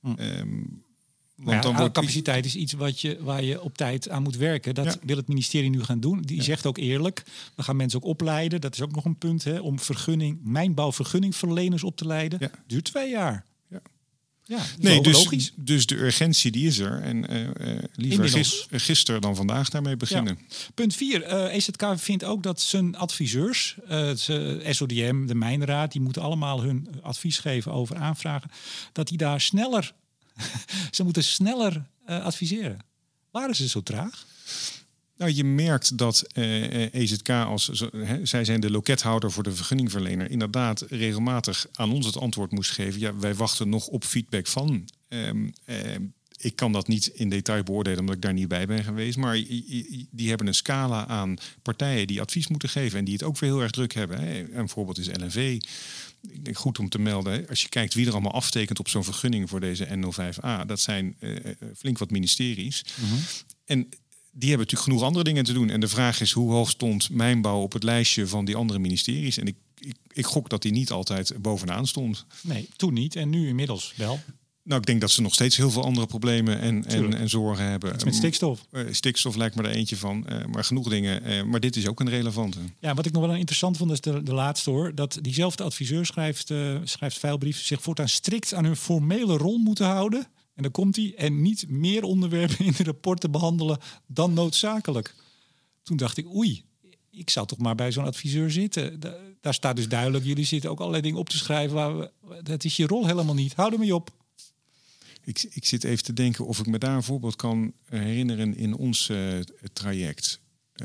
Speaker 1: Want dan capaciteit is iets waar je op tijd aan moet werken. Dat wil het ministerie nu gaan doen. Die zegt ook eerlijk, we gaan mensen ook opleiden. Dat is ook nog een punt, hè, om mijnbouwvergunningverleners op te leiden. Ja. Duurt 2 jaar. Ja, logisch.
Speaker 2: Dus de urgentie die is er. En liever gisteren dan vandaag daarmee beginnen.
Speaker 1: Ja. Punt 4. EZK vindt ook dat zijn adviseurs, SODM, de Mijnraad, die moeten allemaal hun advies geven over aanvragen, dat die daar sneller ze moeten sneller adviseren. Waren ze zo traag?
Speaker 2: Nou, je merkt dat EZK, zij zijn de lokethouder voor de vergunningverlener, inderdaad regelmatig aan ons het antwoord moest geven. Ja, wij wachten nog op feedback van. Ik kan dat niet in detail beoordelen omdat ik daar niet bij ben geweest. Maar die hebben een scala aan partijen die advies moeten geven en die het ook weer heel erg druk hebben. Hè. Een voorbeeld is LNV. Ik denk goed om te melden, als je kijkt wie er allemaal aftekent op zo'n vergunning voor deze N05A, dat zijn flink wat ministeries. Mm-hmm. En die hebben natuurlijk genoeg andere dingen te doen. En de vraag is, hoe hoog stond mijnbouw op het lijstje van die andere ministeries? En ik gok dat die niet altijd bovenaan stond.
Speaker 1: Nee, toen niet. En nu inmiddels wel.
Speaker 2: Nou, ik denk dat ze nog steeds heel veel andere problemen en zorgen hebben.
Speaker 1: Met stikstof.
Speaker 2: Stikstof lijkt me er eentje van. Maar genoeg dingen. Maar dit is ook een relevante.
Speaker 1: Ja, wat ik nog wel interessant vond is de laatste hoor. Dat diezelfde adviseur schrijft veilbrief zich voortaan strikt aan hun formele rol moeten houden. En dan komt hij. En niet meer onderwerpen in de rapporten behandelen dan noodzakelijk. Toen dacht ik, oei. Ik zou toch maar bij zo'n adviseur zitten. Daar staat dus duidelijk, jullie zitten ook allerlei dingen op te schrijven. Dat is je rol helemaal niet. Hou er mee op.
Speaker 2: Ik zit even te denken of ik me daar een voorbeeld kan herinneren in ons traject.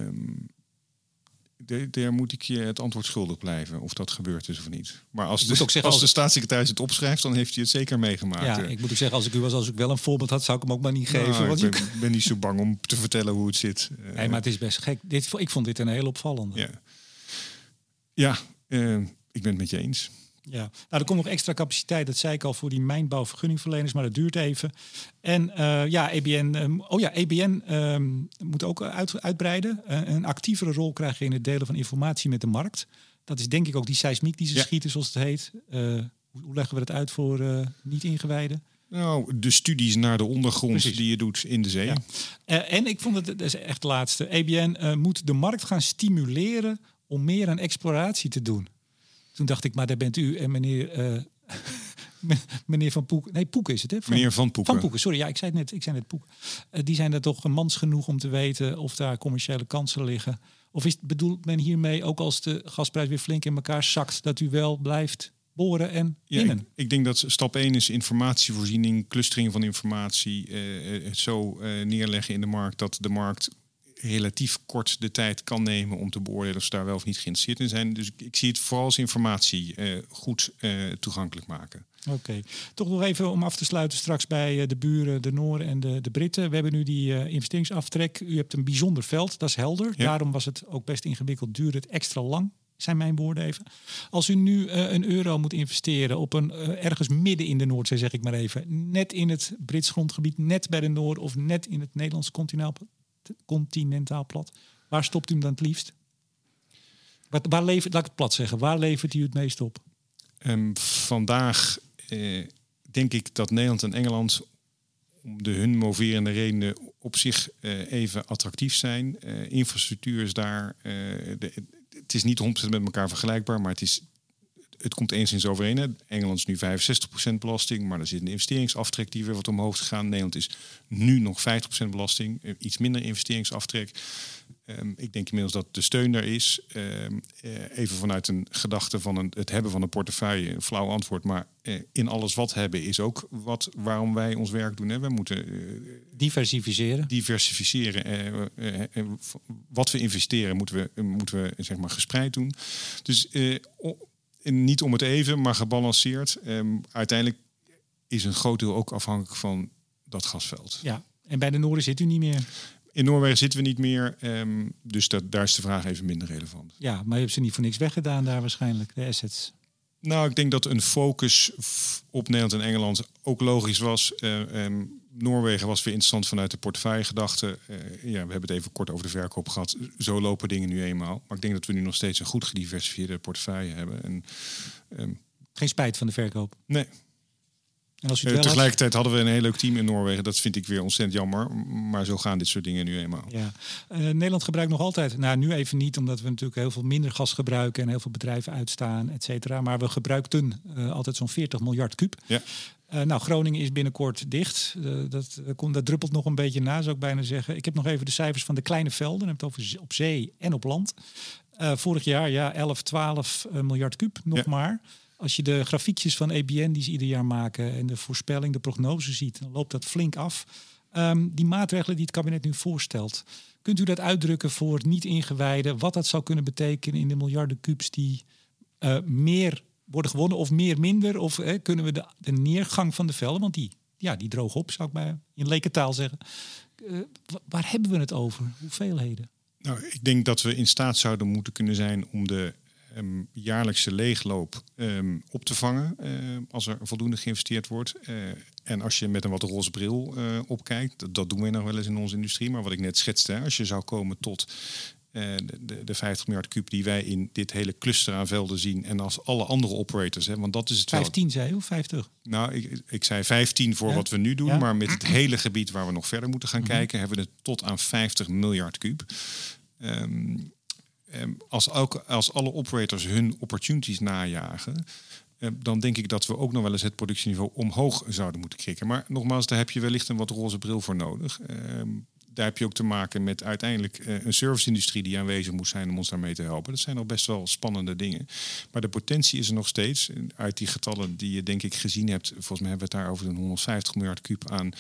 Speaker 2: Daar moet ik je het antwoord schuldig blijven of dat gebeurd is of niet. Maar als de staatssecretaris het opschrijft, dan heeft hij het zeker meegemaakt.
Speaker 1: Ja, ik moet ook zeggen, als ik wel een voorbeeld had, zou ik hem ook maar niet geven.
Speaker 2: Nou,
Speaker 1: want
Speaker 2: ik ben niet zo bang om te vertellen hoe het zit.
Speaker 1: Nee, maar het is best gek. Ik vond dit een heel opvallende.
Speaker 2: Ja, ik ben het met je eens.
Speaker 1: Ja, nou, er komt nog extra capaciteit, dat zei ik al, voor die mijnbouwvergunningverleners, maar dat duurt even. En EBN moet ook uitbreiden. Een actievere rol krijgen in het delen van informatie met de markt. Dat is denk ik ook die seismiek die ze schieten, zoals het heet. Hoe leggen we dat uit voor niet-ingewijden?
Speaker 2: Nou, de studies naar de ondergrond. Precies. Die je doet in de zee.
Speaker 1: Ja. En ik vond dat is echt de laatste. EBN moet de markt gaan stimuleren om meer aan exploratie te doen. Toen dacht ik, maar daar bent u en meneer Van Poek. Nee, Poek is het, hè?
Speaker 2: Meneer Van Poeken.
Speaker 1: Van Poeken, sorry. Ja, ik zei net Poek. Die zijn er toch mans genoeg om te weten of daar commerciële kansen liggen. Of bedoelt men hiermee, ook als de gasprijs weer flink in elkaar zakt, dat u wel blijft boren en winnen?
Speaker 2: Ik denk dat stap 1 is informatievoorziening, clustering van informatie. Het zo neerleggen in de markt dat de markt relatief kort de tijd kan nemen om te beoordelen of ze daar wel of niet geïnteresseerd in zijn. Dus ik zie het vooral als informatie goed toegankelijk maken.
Speaker 1: Oké. Toch nog even om af te sluiten straks bij de buren, de Nooren en de Britten. We hebben nu die investeringsaftrek. U hebt een bijzonder veld, dat is helder. Ja. Daarom was het ook best ingewikkeld, duurde het extra lang, zijn mijn woorden even. Als u nu €1 moet investeren op ergens midden in de Noordzee, zeg ik maar even, net in het Brits grondgebied, net bij de Noord of net in het Nederlandse continentaal plat. Waar stopt u hem dan het liefst? Waar levert, laat ik het plat zeggen, waar levert u het meest op?
Speaker 2: Vandaag denk ik dat Nederland en Engeland om hun moverende redenen op zich even attractief zijn. Infrastructuur is daar. Het is niet 100% met elkaar vergelijkbaar, maar het is het komt enigszins overeen. Hè. Engeland is nu 65% belasting, maar er zit een investeringsaftrek die weer wat omhoog is gegaan. Nederland is nu nog 50% belasting, iets minder investeringsaftrek. Ik denk inmiddels dat de steun er is. Even vanuit een gedachte van het hebben van een portefeuille, een flauw antwoord, maar in alles wat hebben is ook waarom wij ons werk doen. Hè. We moeten diversificeren. Wat we investeren moeten we zeg maar gespreid doen. Dus niet om het even, maar gebalanceerd. Uiteindelijk is een groot deel ook afhankelijk van dat gasveld.
Speaker 1: Ja, en bij de Noorden zit u niet meer.
Speaker 2: In Noorwegen zitten we niet meer, dus daar is de vraag even minder relevant.
Speaker 1: Ja, maar je hebt ze niet voor niks weggedaan daar waarschijnlijk, de assets.
Speaker 2: Nou, ik denk dat een focus op Nederland en Engeland ook logisch was. Noorwegen was weer interessant vanuit de portefeuillegedachte. We hebben het even kort over de verkoop gehad. Zo lopen dingen nu eenmaal. Maar ik denk dat we nu nog steeds een goed gediversifieerde portefeuille hebben.
Speaker 1: Geen spijt van de verkoop?
Speaker 2: Nee.
Speaker 1: En als u
Speaker 2: tegelijkertijd hadden we een heel leuk team in Noorwegen. Dat vind ik weer ontzettend jammer. Maar zo gaan dit soort dingen nu eenmaal.
Speaker 1: Ja. Nederland gebruikt nog altijd... Nou, nu even niet, omdat we natuurlijk heel veel minder gas gebruiken... en heel veel bedrijven uitstaan, et cetera. Maar we gebruikten altijd zo'n 40 miljard kuub.
Speaker 2: Ja.
Speaker 1: Groningen is binnenkort dicht. Dat druppelt nog een beetje na, zou ik bijna zeggen. Ik heb nog even de cijfers van de kleine velden. Dan heb ik het over op zee en op land. Vorig jaar 11, 12 miljard kuub, nog maar... Als je de grafiekjes van ABN die ze ieder jaar maken en de voorspelling, de prognose ziet, dan loopt dat flink af. Die maatregelen die het kabinet nu voorstelt, kunt u dat uitdrukken voor niet-ingewijden? Wat dat zou kunnen betekenen in de miljarden kubus die meer worden gewonnen of meer minder? Of kunnen we de neergang van de velden, want die droog op, zou ik maar in lekentaal zeggen. Waar hebben we het over? Hoeveelheden?
Speaker 2: Nou, ik denk dat we in staat zouden moeten kunnen zijn om de jaarlijkse leegloop op te vangen als er voldoende geïnvesteerd wordt. En als je met een wat roze bril opkijkt, dat doen we nog wel eens in onze industrie, maar wat ik net schetste, als je zou komen tot de 50 miljard kuub die wij in dit hele cluster aan velden zien en als alle andere operators, want dat is het
Speaker 1: 15 zei je, of 50?
Speaker 2: Nou, ik zei 15 voor wat we nu doen, maar met het hele gebied waar we nog verder moeten gaan kijken, hebben we het tot aan 50 miljard kuub. Als alle operators hun opportunities najagen, dan denk ik dat we ook nog wel eens het productieniveau omhoog zouden moeten krikken. Maar nogmaals, daar heb je wellicht een wat roze bril voor nodig. Daar heb je ook te maken met uiteindelijk een service-industrie die aanwezig moet zijn om ons daarmee te helpen. Dat zijn nog best wel spannende dingen. Maar de potentie is er nog steeds. Uit die getallen die je denk ik gezien hebt, volgens mij hebben we het daar over een 150 miljard kuub aan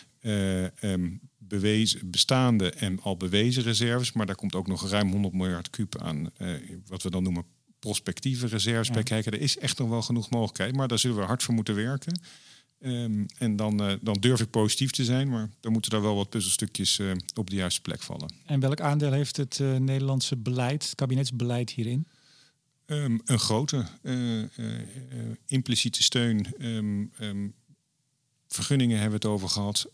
Speaker 2: bestaande en al bewezen reserves. Maar daar komt ook nog ruim 100 miljard kuub aan wat we dan noemen prospectieve reserves bij kijken. Er is echt nog wel genoeg mogelijkheid, maar daar zullen we hard voor moeten werken. En dan durf ik positief te zijn, maar dan moeten daar wel wat puzzelstukjes op de juiste plek vallen.
Speaker 1: En welk aandeel heeft het Nederlandse beleid, het kabinetsbeleid hierin?
Speaker 2: Een grote impliciete steun. Vergunningen hebben we het over gehad.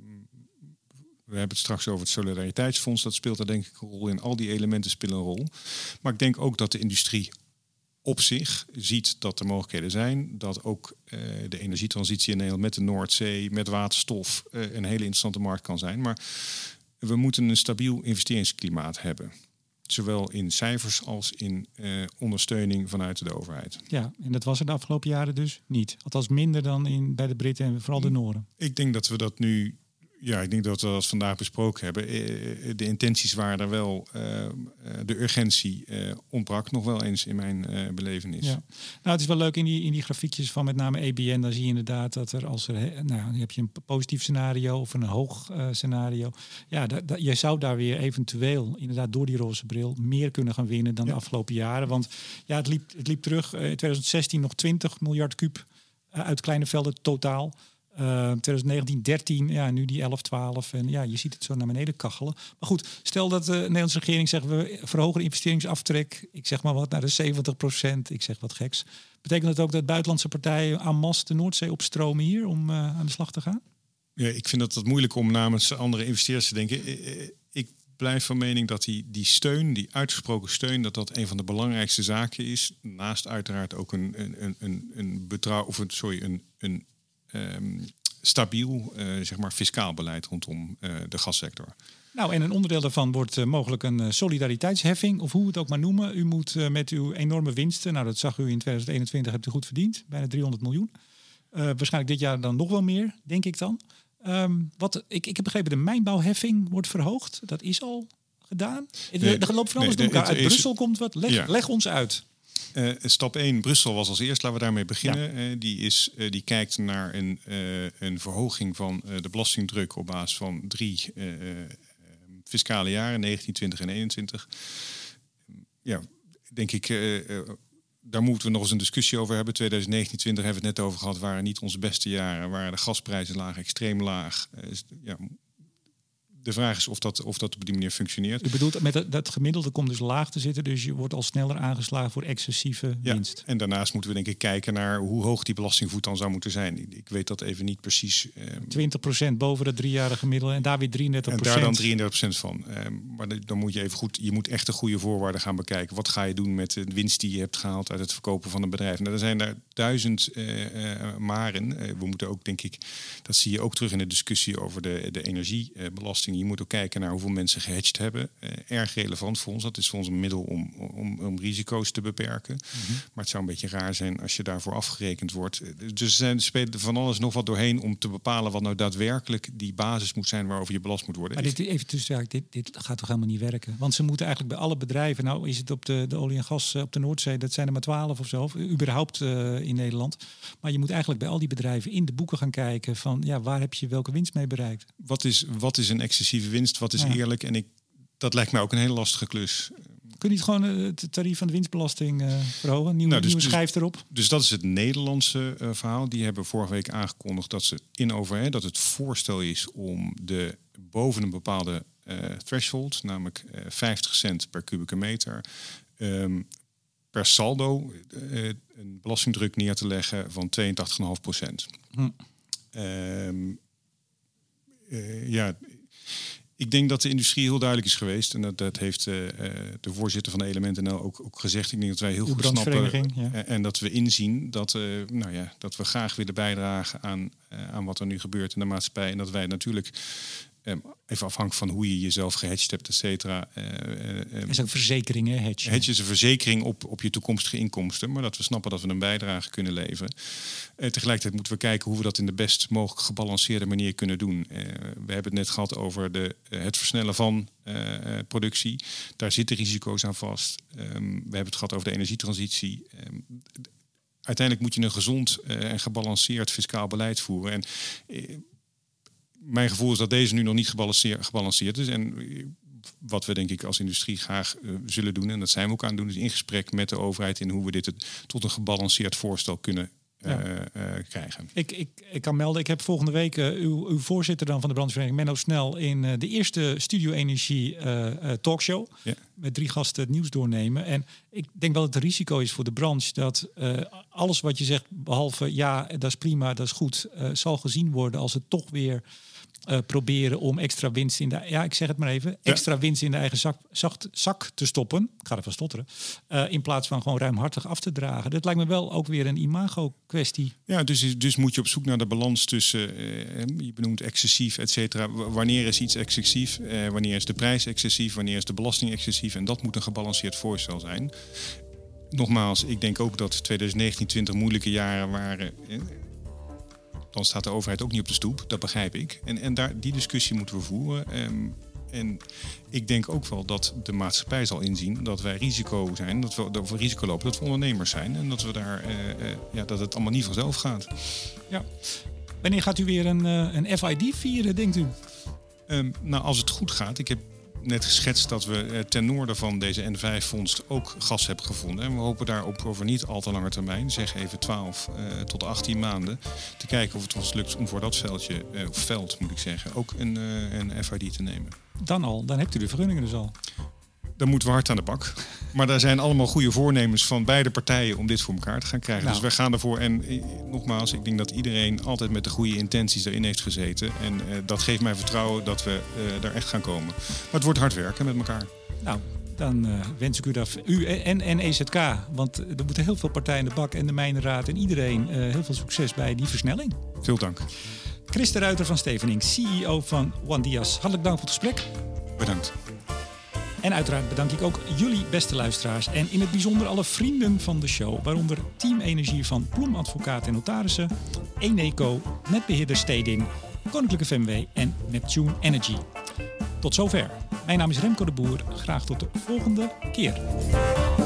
Speaker 2: We hebben het straks over het Solidariteitsfonds. Dat speelt daar denk ik een rol in. Al die elementen spelen een rol. Maar ik denk ook dat de industrie op zich ziet dat er mogelijkheden zijn. Dat ook de energietransitie in Nederland met de Noordzee, met waterstof, een hele interessante markt kan zijn. Maar we moeten een stabiel investeringsklimaat hebben. Zowel in cijfers als in ondersteuning vanuit de overheid.
Speaker 1: Ja, en dat was er de afgelopen jaren dus niet. Althans minder dan bij de Britten en vooral de Noorden.
Speaker 2: Ik denk dat we dat nu... Ja, ik denk dat we dat vandaag besproken hebben. De intenties waren er wel. De urgentie ontbrak nog wel eens in mijn belevenis. Ja.
Speaker 1: Nou, het is wel leuk in die grafiekjes van met name ABN. Dan zie je inderdaad dat er als er... Nou, heb je een positief scenario of een hoog scenario. Ja, je zou daar weer eventueel inderdaad door die roze bril meer kunnen gaan winnen dan de afgelopen jaren. Want ja, het liep terug. In 2016 nog 20 miljard kuub uit kleine velden totaal. 2019, 13, nu die 11, 12. En ja, je ziet het zo naar beneden kachelen. Maar goed, stel dat de Nederlandse regering zegt... we verhogen de investeringsaftrek, ik zeg maar wat, naar de 70%. Ik zeg wat geks. Betekent dat ook dat buitenlandse partijen en masse de Noordzee opstromen hier... om aan de slag te gaan?
Speaker 2: Ja, ik vind dat moeilijk om namens andere investeerders te denken. Ik blijf van mening dat die steun, die uitgesproken steun... dat een van de belangrijkste zaken is. Naast uiteraard ook een stabiel zeg maar fiscaal beleid rondom de gassector.
Speaker 1: Nou, en een onderdeel daarvan wordt mogelijk een solidariteitsheffing, of hoe we het ook maar noemen. U moet met uw enorme winsten, nou dat zag u in 2021, hebt u goed verdiend, bijna 300 miljoen. Waarschijnlijk dit jaar dan nog wel meer, denk ik dan. Ik heb begrepen, de mijnbouwheffing wordt verhoogd. Dat is al gedaan. Er loopt van alles door elkaar. Uit Brussel komt wat. Leg ons uit.
Speaker 2: Stap 1, Brussel was als eerst. Laten we daarmee beginnen. Ja. Die kijkt naar een verhoging van de belastingdruk op basis van 3 fiscale jaren, 19, 20 en 21. Ja, denk ik, daar moeten we nog eens een discussie over hebben. 2019, 20 hebben we het net over gehad, waren niet onze beste jaren. Waren de gasprijzen laag, extreem laag. De vraag is of dat op die manier functioneert.
Speaker 1: U bedoelt, met dat gemiddelde komt dus laag te zitten, dus je wordt al sneller aangeslagen voor excessieve winst.
Speaker 2: En daarnaast moeten we denk ik kijken naar hoe hoog die belastingvoet dan zou moeten zijn. Ik weet dat even niet precies.
Speaker 1: 20% boven het 3-jarige gemiddelde en daar weer 33%.
Speaker 2: En daar dan 33% van. Maar dan moet je even goed, je moet echt de goede voorwaarden gaan bekijken. Wat ga je doen met de winst die je hebt gehaald uit het verkopen van een bedrijf? Nou, er zijn daar 1000 maren. We moeten ook, denk ik, dat zie je ook terug in de discussie over de energiebelasting. Je moet ook kijken naar hoeveel mensen gehedged hebben. Erg relevant voor ons. Dat is voor ons een middel om risico's te beperken. Mm-hmm. Maar het zou een beetje raar zijn als je daarvoor afgerekend wordt. Dus er spelen van alles nog wat doorheen om te bepalen wat nou daadwerkelijk die basis moet zijn waarover je belast moet worden.
Speaker 1: Maar dit gaat toch helemaal niet werken? Want ze moeten eigenlijk bij alle bedrijven, nou is het op de olie en gas op de Noordzee, dat zijn er maar 12 of zo, überhaupt in Nederland. Maar je moet eigenlijk bij al die bedrijven in de boeken gaan kijken van waar heb je welke winst mee bereikt?
Speaker 2: Wat is een excessieve winst? Wat is eerlijk? En dat lijkt mij ook een hele lastige klus.
Speaker 1: Kun je niet gewoon het tarief van de winstbelasting verhogen? Nieuwe schijf erop?
Speaker 2: Dus dat is het Nederlandse verhaal. Die hebben vorige week aangekondigd dat ze dat het voorstel is om boven een bepaalde threshold, namelijk 50 cent per kubieke meter, per saldo een belastingdruk neer te leggen van 82,5%. Ik denk dat de industrie heel duidelijk is geweest. En dat heeft de voorzitter van de Element.nl ook gezegd. Ik denk dat wij heel goed snappen en dat we inzien dat we graag willen bijdragen aan wat er nu gebeurt in de maatschappij. En dat wij natuurlijk, even afhankelijk van hoe je jezelf gehedged hebt, et cetera.
Speaker 1: Is ook verzekeringen, hedge.
Speaker 2: Hedge is een verzekering op je toekomstige inkomsten. Maar dat we snappen dat we een bijdrage kunnen leveren. Tegelijkertijd moeten we kijken hoe we dat in de best mogelijk gebalanceerde manier kunnen doen. We hebben het net gehad over het versnellen van productie. Daar zitten risico's aan vast. We hebben het gehad over de energietransitie. Uiteindelijk moet je een gezond en gebalanceerd fiscaal beleid voeren. En mijn gevoel is dat deze nu nog niet gebalanceerd is. En wat we denk ik als industrie graag zullen doen, en dat zijn we ook aan het doen, is in gesprek met de overheid in hoe we dit tot een gebalanceerd voorstel kunnen krijgen.
Speaker 1: Ik kan melden, ik heb volgende week uw voorzitter dan van de branchevereniging, Menno Snel, in de eerste Studio Energie talkshow. Ja. Met 3 gasten het nieuws doornemen. En ik denk wel dat het risico is voor de branche dat alles wat je zegt, behalve dat is prima, dat is goed, zal gezien worden als het toch weer proberen om extra winst in winst in de eigen zak te stoppen. Ik ga ervan stotteren. In plaats van gewoon ruimhartig af te dragen. Dat lijkt me wel ook weer een imago-kwestie.
Speaker 2: Ja, dus moet je op zoek naar de balans tussen, je benoemt excessief, et cetera. Wanneer is iets excessief? Wanneer is de prijs excessief? Wanneer is de belasting excessief? En dat moet een gebalanceerd voorstel zijn. Nogmaals, ik denk ook dat 2019, 20 moeilijke jaren waren. Dan staat de overheid ook niet op de stoep, dat begrijp ik. En die discussie moeten we voeren. En ik denk ook wel dat de maatschappij zal inzien dat wij risico zijn, dat we risico lopen, dat we ondernemers zijn en dat we dat het allemaal niet vanzelf gaat. Ja.
Speaker 1: Wanneer gaat u weer een FID vieren, denkt u?
Speaker 2: Als het goed gaat. Ik heb net geschetst dat we ten noorden van deze N5-vondst ook gas hebben gevonden. En we hopen daar over niet al te lange termijn, zeg even 12 tot 18 maanden, te kijken of het ons lukt om voor dat veld moet ik zeggen, ook een FID te nemen.
Speaker 1: Dan hebt u de vergunningen dus al.
Speaker 2: Dan moeten we hard aan de bak. Maar daar zijn allemaal goede voornemens van beide partijen om dit voor elkaar te gaan krijgen. Dus wij gaan ervoor. En nogmaals, ik denk dat iedereen altijd met de goede intenties erin heeft gezeten. En dat geeft mij vertrouwen dat we daar echt gaan komen. Maar het wordt hard werken met elkaar.
Speaker 1: Nou, dan wens ik u en EZK. Want er moeten heel veel partijen in de bak en de Mijnenraad en iedereen heel veel succes bij die versnelling.
Speaker 2: Veel dank.
Speaker 1: Chris de Ruiter van Stevening, CEO van OneDias. Hartelijk dank voor het gesprek.
Speaker 2: Bedankt.
Speaker 1: En uiteraard bedank ik ook jullie beste luisteraars en in het bijzonder alle vrienden van de show, waaronder Team Energie van Ploem Advocaat en Notarissen, Eneco, Netbeheerder Stedin, Koninklijke FMW en Neptune Energy. Tot zover. Mijn naam is Remco de Boer. Graag tot de volgende keer.